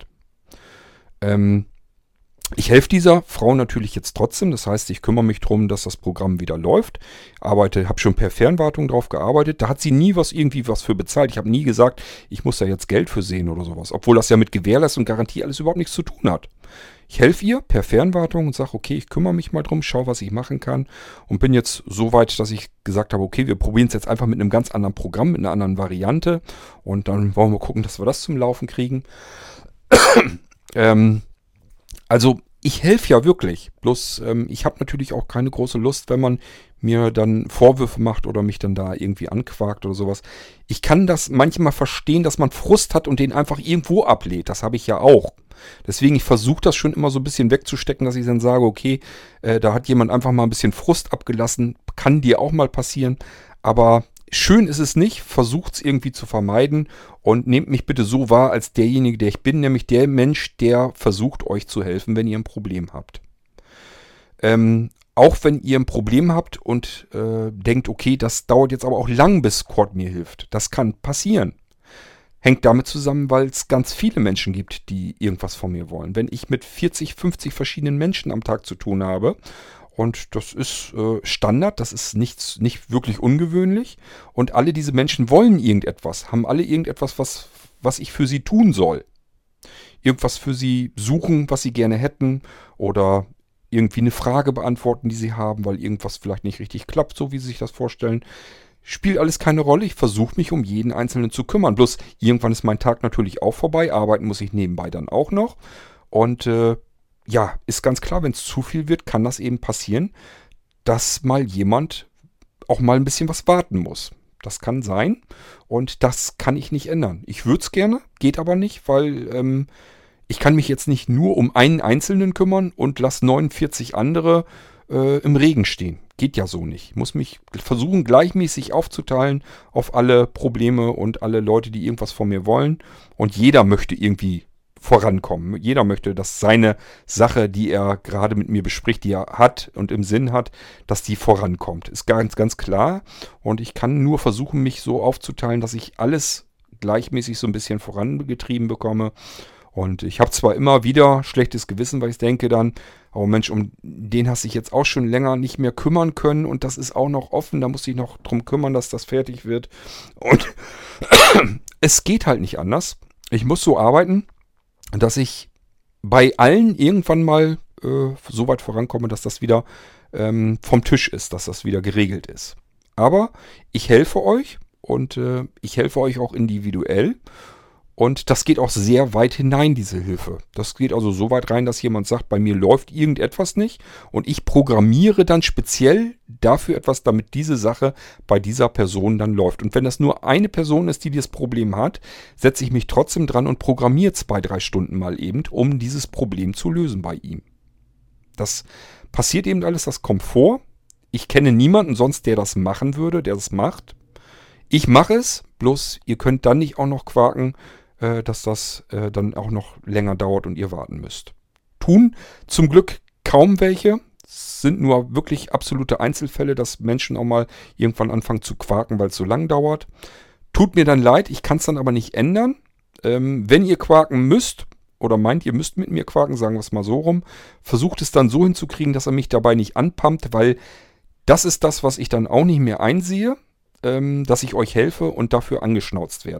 Ich helfe dieser Frau natürlich jetzt trotzdem, das heißt, ich kümmere mich darum, dass das Programm wieder läuft, habe schon per Fernwartung drauf gearbeitet, da hat sie nie irgendwie was für bezahlt, ich habe nie gesagt, ich muss da jetzt Geld für sehen oder sowas, obwohl das ja mit Gewährleistung und Garantie alles überhaupt nichts zu tun hat. Ich helfe ihr per Fernwartung und sage, okay, ich kümmere mich mal drum, schaue, was ich machen kann und bin jetzt so weit, dass ich gesagt habe, okay, wir probieren es jetzt einfach mit einem ganz anderen Programm, mit einer anderen Variante und dann wollen wir gucken, dass wir das zum Laufen kriegen. Also ich helfe ja wirklich, bloß ich habe natürlich auch keine große Lust, wenn man mir dann Vorwürfe macht oder mich dann da irgendwie anquakt oder sowas. Ich kann das manchmal verstehen, dass man Frust hat und den einfach irgendwo ablehnt. Das habe ich ja auch. Deswegen, ich versuche das schon immer so ein bisschen wegzustecken, dass ich dann sage, okay, da hat jemand einfach mal ein bisschen Frust abgelassen. Kann dir auch mal passieren. Aber schön ist es nicht. Versucht es irgendwie zu vermeiden und nehmt mich bitte so wahr als derjenige, der ich bin, nämlich der Mensch, der versucht, euch zu helfen, wenn ihr ein Problem habt. Auch wenn ihr ein Problem habt und denkt, okay, das dauert jetzt aber auch lang, bis Quad mir hilft. Das kann passieren. Hängt damit zusammen, weil es ganz viele Menschen gibt, die irgendwas von mir wollen. Wenn ich mit 40, 50 verschiedenen Menschen am Tag zu tun habe, und das ist Standard, das ist nicht wirklich ungewöhnlich, und alle diese Menschen wollen irgendetwas, haben alle irgendetwas, was ich für sie tun soll. Irgendwas für sie suchen, was sie gerne hätten, oder irgendwie eine Frage beantworten, die sie haben, weil irgendwas vielleicht nicht richtig klappt, so wie sie sich das vorstellen. Spielt alles keine Rolle. Ich versuche mich um jeden Einzelnen zu kümmern. Bloß irgendwann ist mein Tag natürlich auch vorbei. Arbeiten muss ich nebenbei dann auch noch. Und ja, ist ganz klar, wenn es zu viel wird, kann das eben passieren, dass mal jemand auch mal ein bisschen was warten muss. Das kann sein und das kann ich nicht ändern. Ich würde es gerne, geht aber nicht, weil ich kann mich jetzt nicht nur um einen Einzelnen kümmern und lasse 49 andere im Regen stehen. Geht ja so nicht. Ich muss mich versuchen, gleichmäßig aufzuteilen auf alle Probleme und alle Leute, die irgendwas von mir wollen. Und jeder möchte irgendwie vorankommen. Jeder möchte, dass seine Sache, die er gerade mit mir bespricht, die er hat und im Sinn hat, dass die vorankommt. Ist ganz, ganz klar. Und ich kann nur versuchen, mich so aufzuteilen, dass ich alles gleichmäßig so ein bisschen vorangetrieben bekomme. Und ich habe zwar immer wieder schlechtes Gewissen, weil ich denke dann, oh Mensch, um den hast du dich jetzt auch schon länger nicht mehr kümmern können und das ist auch noch offen, da muss ich noch drum kümmern, dass das fertig wird. Und es geht halt nicht anders. Ich muss so arbeiten, dass ich bei allen irgendwann mal so weit vorankomme, dass das wieder vom Tisch ist, dass das wieder geregelt ist. Aber ich helfe euch und ich helfe euch auch individuell. Und das geht auch sehr weit hinein, diese Hilfe. Das geht also so weit rein, dass jemand sagt, bei mir läuft irgendetwas nicht. Und ich programmiere dann speziell dafür etwas, damit diese Sache bei dieser Person dann läuft. Und wenn das nur eine Person ist, die das Problem hat, setze ich mich trotzdem dran und programmiere 2-3 Stunden mal eben, um dieses Problem zu lösen bei ihm. Das passiert eben alles, das kommt vor. Ich kenne niemanden sonst, der das machen würde, der das macht. Ich mache es, bloß ihr könnt dann nicht auch noch quaken, dass das dann auch noch länger dauert und ihr warten müsst. Tun zum Glück kaum welche. Es sind nur wirklich absolute Einzelfälle, dass Menschen auch mal irgendwann anfangen zu quaken, weil es so lang dauert. Tut mir dann leid, ich kann es dann aber nicht ändern. Wenn ihr quaken müsst oder meint, ihr müsst mit mir quaken, sagen wir es mal so rum, versucht es dann so hinzukriegen, dass er mich dabei nicht anpumpt, weil das ist das, was ich dann auch nicht mehr einsehe, dass ich euch helfe und dafür angeschnauzt werde.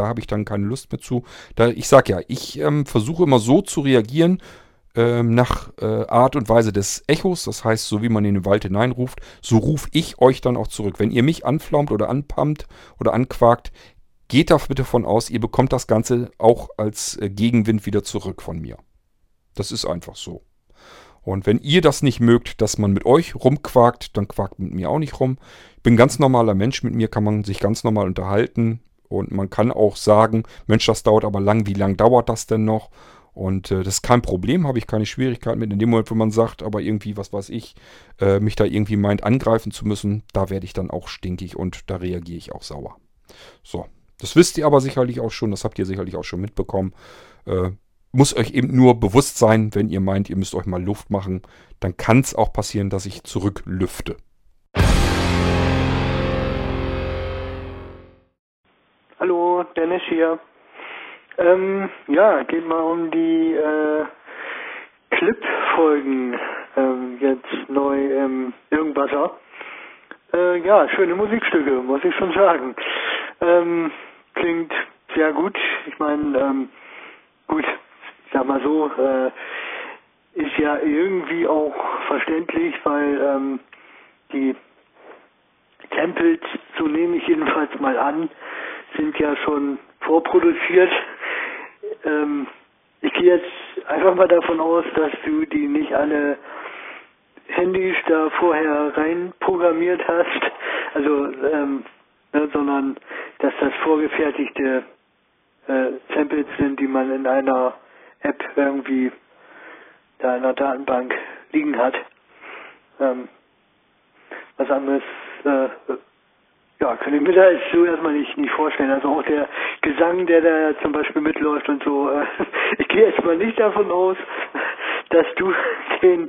da habe ich dann keine Lust mehr zu. Ich sage ja, ich versuche immer so zu reagieren, nach Art und Weise des Echos, das heißt, so wie man in den Wald hineinruft, so rufe ich euch dann auch zurück. Wenn ihr mich anflaumt oder anpammt oder anquakt, geht da bitte von aus, ihr bekommt das Ganze auch als Gegenwind wieder zurück von mir. Das ist einfach so. Und wenn ihr das nicht mögt, dass man mit euch rumquakt, dann quakt mit mir auch nicht rum. Ich bin ein ganz normaler Mensch, mit mir kann man sich ganz normal unterhalten. Und man kann auch sagen, Mensch, das dauert aber lang, wie lang dauert das denn noch? Und das ist kein Problem, habe ich keine Schwierigkeiten mit. In dem Moment, wo man sagt, aber irgendwie, was weiß ich, mich da irgendwie meint, angreifen zu müssen, da werde ich dann auch stinkig und da reagiere ich auch sauer. So, das wisst ihr aber sicherlich auch schon, das habt ihr sicherlich auch schon mitbekommen. Muss euch eben nur bewusst sein, wenn ihr meint, ihr müsst euch mal Luft machen, dann kann es auch passieren, dass ich zurücklüfte. Hallo, Dennis hier. Ja, geht mal um die Clip-Folgen jetzt neu im Irgendwasser. Ja, schöne Musikstücke, muss ich schon sagen. Klingt sehr gut. Ich meine, gut, ich sag mal so, ist ja irgendwie auch verständlich, weil die Tempels, so nehme ich jedenfalls mal an, sind ja schon vorproduziert. Ich gehe jetzt einfach mal davon aus, dass du die nicht alle Handys da vorher rein programmiert hast, also ne, sondern dass das vorgefertigte Samples sind, die man in einer App irgendwie da in einer Datenbank liegen hat. Was anderes ja, kann ich mir da jetzt so erstmal nicht vorstellen. Also auch der Gesang, der da zum Beispiel mitläuft und so. Ich gehe jetzt mal nicht davon aus, dass du den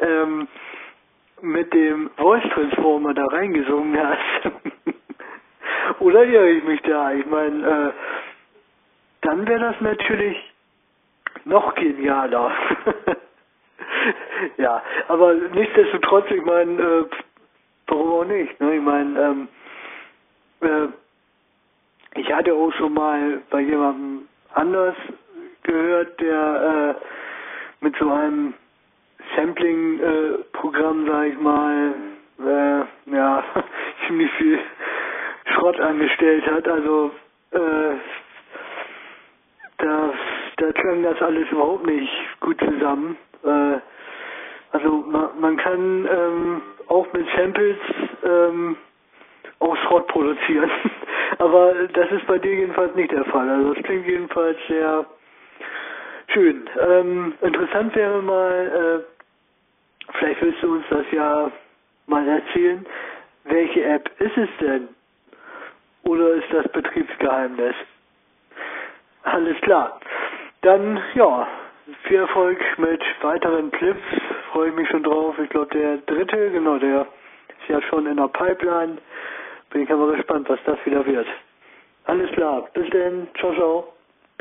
mit dem Voice Transformer da reingesungen hast. Oder irre ich mich da? Ich meine, dann wäre das natürlich noch genialer. Ja, aber nichtsdestotrotz, ich meine, warum auch nicht? Ne? Ich meine, ich hatte auch schon mal bei jemandem anders gehört, der mit so einem Sampling-Programm, sag ich mal, ja, ziemlich viel Schrott angestellt hat. Also da klang das alles überhaupt nicht gut zusammen. Also man kann auch mit Samples auch Schrott produzieren. Aber das ist bei dir jedenfalls nicht der Fall. Also das klingt jedenfalls sehr schön. Interessant wäre mal, vielleicht willst du uns das ja mal erzählen, welche App ist es denn? Oder ist das Betriebsgeheimnis? Alles klar. Dann, ja, viel Erfolg mit weiteren Clips. Freue ich mich schon drauf. Ich glaube, der dritte, genau, der ist ja schon in der Pipeline. Bin ich aber gespannt, was das wieder wird. Alles klar. Bis dann. Ciao, ciao.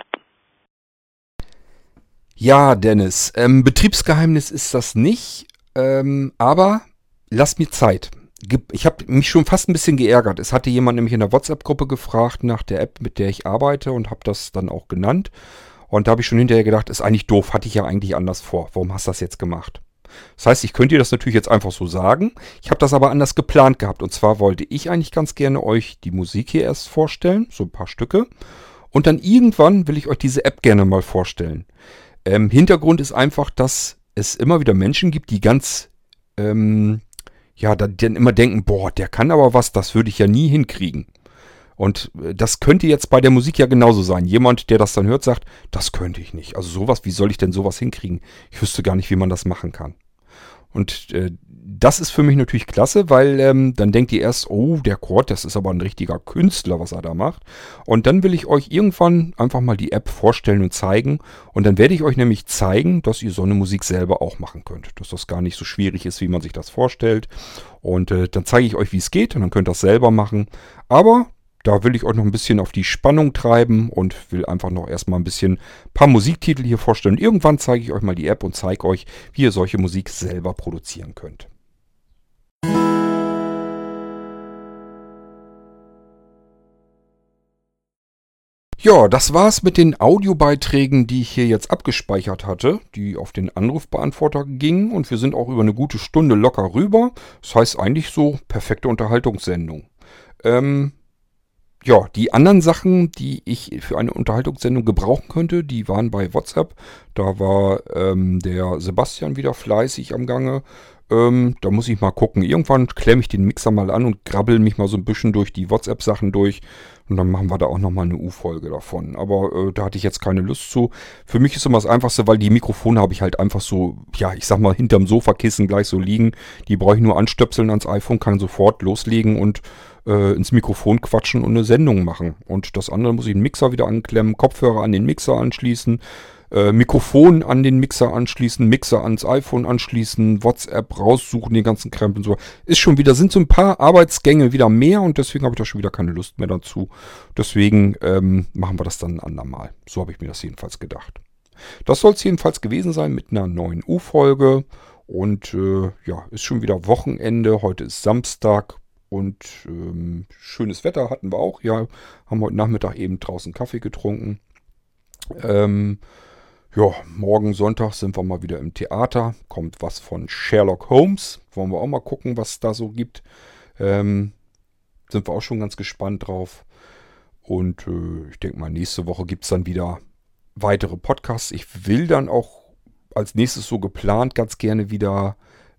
Ja, Dennis, Betriebsgeheimnis ist das nicht, aber lass mir Zeit. Ich habe mich schon fast ein bisschen geärgert. Es hatte jemand nämlich in der WhatsApp-Gruppe gefragt nach der App, mit der ich arbeite und habe das dann auch genannt. Und da habe ich schon hinterher gedacht, ist eigentlich doof, hatte ich ja eigentlich anders vor. Warum hast du das jetzt gemacht? Das heißt, ich könnte dir das natürlich jetzt einfach so sagen. Ich habe das aber anders geplant gehabt. Und zwar wollte ich eigentlich ganz gerne euch die Musik hier erst vorstellen, so ein paar Stücke. Und dann irgendwann will ich euch diese App gerne mal vorstellen. Hintergrund ist einfach, dass es immer wieder Menschen gibt, die ganz, ja, dann immer denken, boah, der kann aber was, das würde ich ja nie hinkriegen. Und das könnte jetzt bei der Musik ja genauso sein. Jemand, der das dann hört, sagt, das könnte ich nicht. Also sowas, wie soll ich denn sowas hinkriegen? Ich wüsste gar nicht, wie man das machen kann. Und das ist für mich natürlich klasse, weil dann denkt ihr erst, oh, der Chord, das ist aber ein richtiger Künstler, was er da macht. Und dann will ich euch irgendwann einfach mal die App vorstellen und zeigen. Und dann werde ich euch nämlich zeigen, dass ihr so eine Musik selber auch machen könnt. Dass das gar nicht so schwierig ist, wie man sich das vorstellt. Und dann zeige ich euch, wie es geht und dann könnt ihr das selber machen. Aber da will ich euch noch ein bisschen auf die Spannung treiben und will einfach noch erstmal ein paar Musiktitel hier vorstellen. Irgendwann zeige ich euch mal die App und zeige euch, wie ihr solche Musik selber produzieren könnt. Ja, das war's mit den Audiobeiträgen, die ich hier jetzt abgespeichert hatte, die auf den Anrufbeantworter gingen. Und wir sind auch über eine gute Stunde locker rüber. Das heißt eigentlich so perfekte Unterhaltungssendung. Ja, die anderen Sachen, die ich für eine Unterhaltungssendung gebrauchen könnte, die waren bei WhatsApp. Da war der Sebastian wieder fleißig am Gange. Da muss ich mal gucken. Irgendwann klemme ich den Mixer mal an und grabbel mich mal so ein bisschen durch die WhatsApp-Sachen durch. Und dann machen wir da auch nochmal eine U-Folge davon. Aber da hatte ich jetzt keine Lust zu. Für mich ist immer das Einfachste, weil die Mikrofone habe ich halt einfach so, ja, ich sag mal, hinterm Sofakissen gleich so liegen. Die brauche ich nur anstöpseln ans iPhone, kann sofort loslegen und ins Mikrofon quatschen und eine Sendung machen. Und das andere muss ich den Mixer wieder anklemmen, Kopfhörer an den Mixer anschließen, Mikrofon an den Mixer anschließen, Mixer ans iPhone anschließen, WhatsApp raussuchen, den ganzen Krempel und so. Ist schon wieder, sind so ein paar Arbeitsgänge wieder mehr und deswegen habe ich da schon wieder keine Lust mehr dazu. Deswegen machen wir das dann ein andermal. So habe ich mir das jedenfalls gedacht. Das soll es jedenfalls gewesen sein mit einer neuen U-Folge. Und ja, ist schon wieder Wochenende. Heute ist Samstag. Und schönes Wetter hatten wir auch. Ja, haben heute Nachmittag eben draußen Kaffee getrunken. Ja, morgen Sonntag sind wir mal wieder im Theater. Kommt was von Sherlock Holmes. Wollen wir auch mal gucken, was es da so gibt. Sind wir auch schon ganz gespannt drauf. Und ich denke mal, nächste Woche gibt es dann wieder weitere Podcasts. Ich will dann auch als nächstes so geplant ganz gerne wieder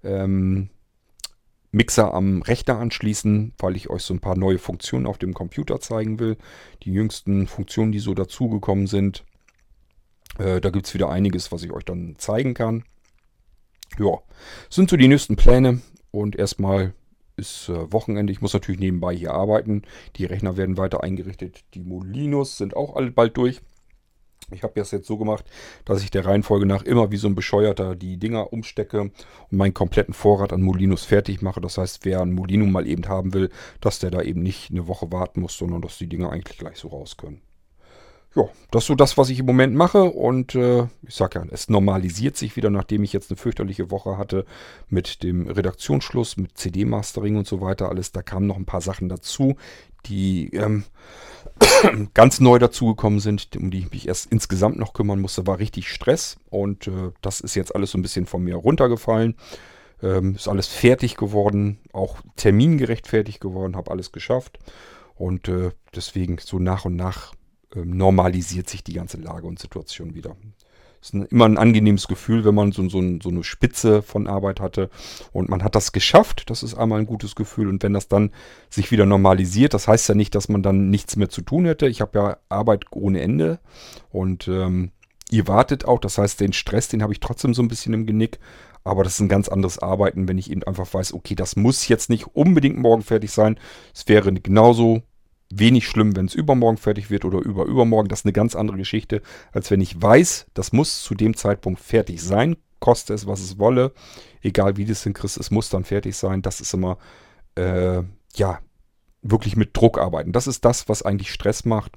Mixer am Rechner anschließen, weil ich euch so ein paar neue Funktionen auf dem Computer zeigen will. Die jüngsten Funktionen, die so dazugekommen sind. Da gibt es wieder einiges, was ich euch dann zeigen kann. Ja, sind so die nächsten Pläne. Und erstmal ist Wochenende. Ich muss natürlich nebenbei hier arbeiten. Die Rechner werden weiter eingerichtet. Die Molinos sind auch alle bald durch. Ich habe das jetzt so gemacht, dass ich der Reihenfolge nach immer wie so ein Bescheuerter die Dinger umstecke und meinen kompletten Vorrat an Molinos fertig mache. Das heißt, wer ein Molino mal eben haben will, dass der da eben nicht eine Woche warten muss, sondern dass die Dinger eigentlich gleich so raus können. Ja, das ist so das, was ich im Moment mache. Und ich sag ja, es normalisiert sich wieder, nachdem ich jetzt eine fürchterliche Woche hatte mit dem Redaktionsschluss, mit CD-Mastering und so weiter. Alles, da kamen noch ein paar Sachen dazu, die ganz neu dazugekommen sind, um die ich mich erst insgesamt noch kümmern musste. War richtig Stress. Und das ist jetzt alles so ein bisschen von mir runtergefallen. Ist alles fertig geworden, auch termingerecht fertig geworden, habe alles geschafft. Und deswegen so nach und nach normalisiert sich die ganze Lage und Situation wieder. Es ist immer ein angenehmes Gefühl, wenn man so eine Spitze von Arbeit hatte und man hat das geschafft. Das ist einmal ein gutes Gefühl. Und wenn das dann sich wieder normalisiert, das heißt ja nicht, dass man dann nichts mehr zu tun hätte. Ich habe ja Arbeit ohne Ende und ihr wartet auch. Das heißt, den Stress, den habe ich trotzdem so ein bisschen im Genick. Aber das ist ein ganz anderes Arbeiten, wenn ich eben einfach weiß, okay, das muss jetzt nicht unbedingt morgen fertig sein. Es wäre genauso wenig schlimm, wenn es übermorgen fertig wird oder übermorgen. Das ist eine ganz andere Geschichte, als wenn ich weiß, das muss zu dem Zeitpunkt fertig sein, koste es, was es wolle. Egal wie du es hinkriegst, es muss dann fertig sein. Das ist immer, ja, wirklich mit Druck arbeiten. Das ist das, was eigentlich Stress macht.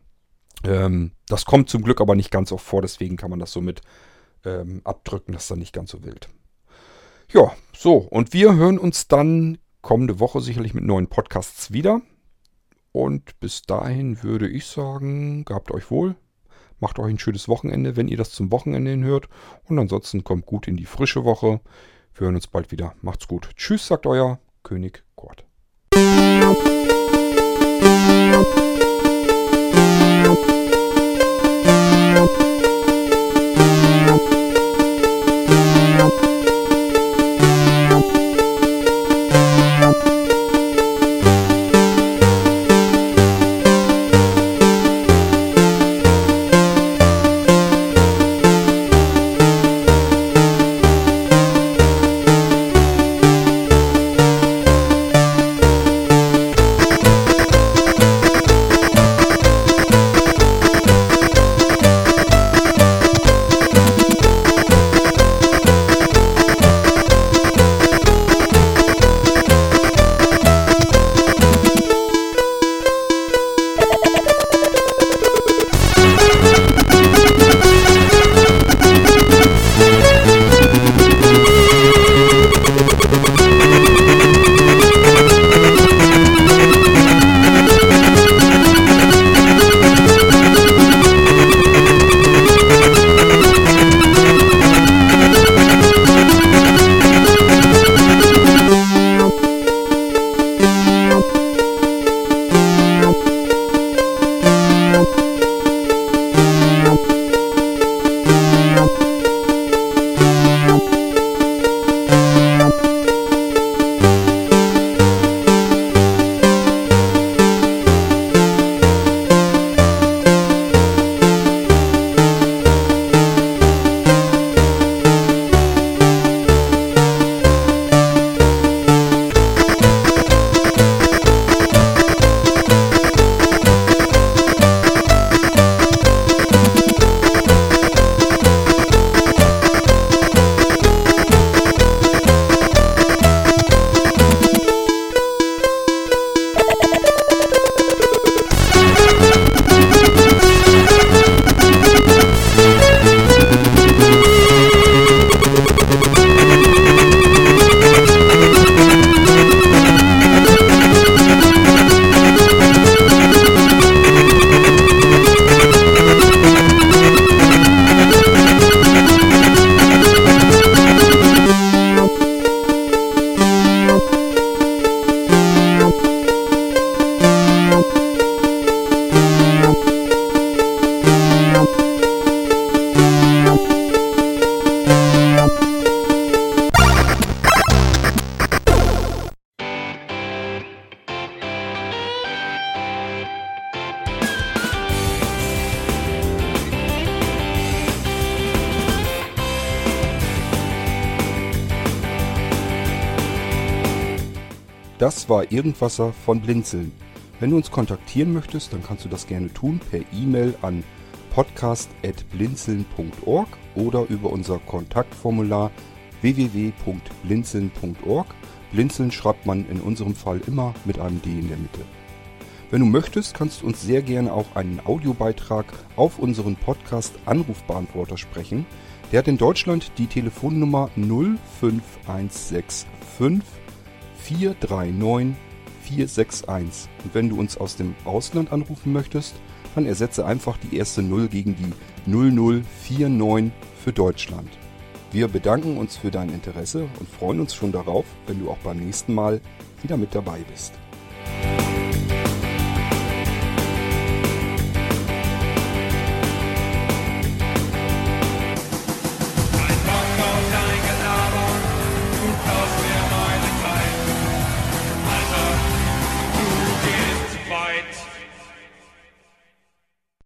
Das kommt zum Glück aber nicht ganz oft vor, deswegen kann man das so mit abdrücken, das ist dann nicht ganz so wild. Ja, so, und wir hören uns dann kommende Woche sicherlich mit neuen Podcasts wieder. Und bis dahin würde ich sagen, gehabt euch wohl, macht euch ein schönes Wochenende, wenn ihr das zum Wochenende hin hört. Und ansonsten kommt gut in die frische Woche. Wir hören uns bald wieder. Macht's gut. Tschüss, sagt euer König Kurt. Das war Irgendwasser von Blinzeln. Wenn du uns kontaktieren möchtest, dann kannst du das gerne tun per E-Mail an podcast@blinzeln.org oder über unser Kontaktformular www.blinzeln.org. Blinzeln schreibt man in unserem Fall immer mit einem D in der Mitte. Wenn du möchtest, kannst du uns sehr gerne auch einen Audiobeitrag auf unseren Podcast Anrufbeantworter sprechen. Der hat in Deutschland die Telefonnummer 05165 439 461. Und wenn du uns aus dem Ausland anrufen möchtest, dann ersetze einfach die erste 0 gegen die 0049 für Deutschland. Wir bedanken uns für dein Interesse und freuen uns schon darauf, wenn du auch beim nächsten Mal wieder mit dabei bist.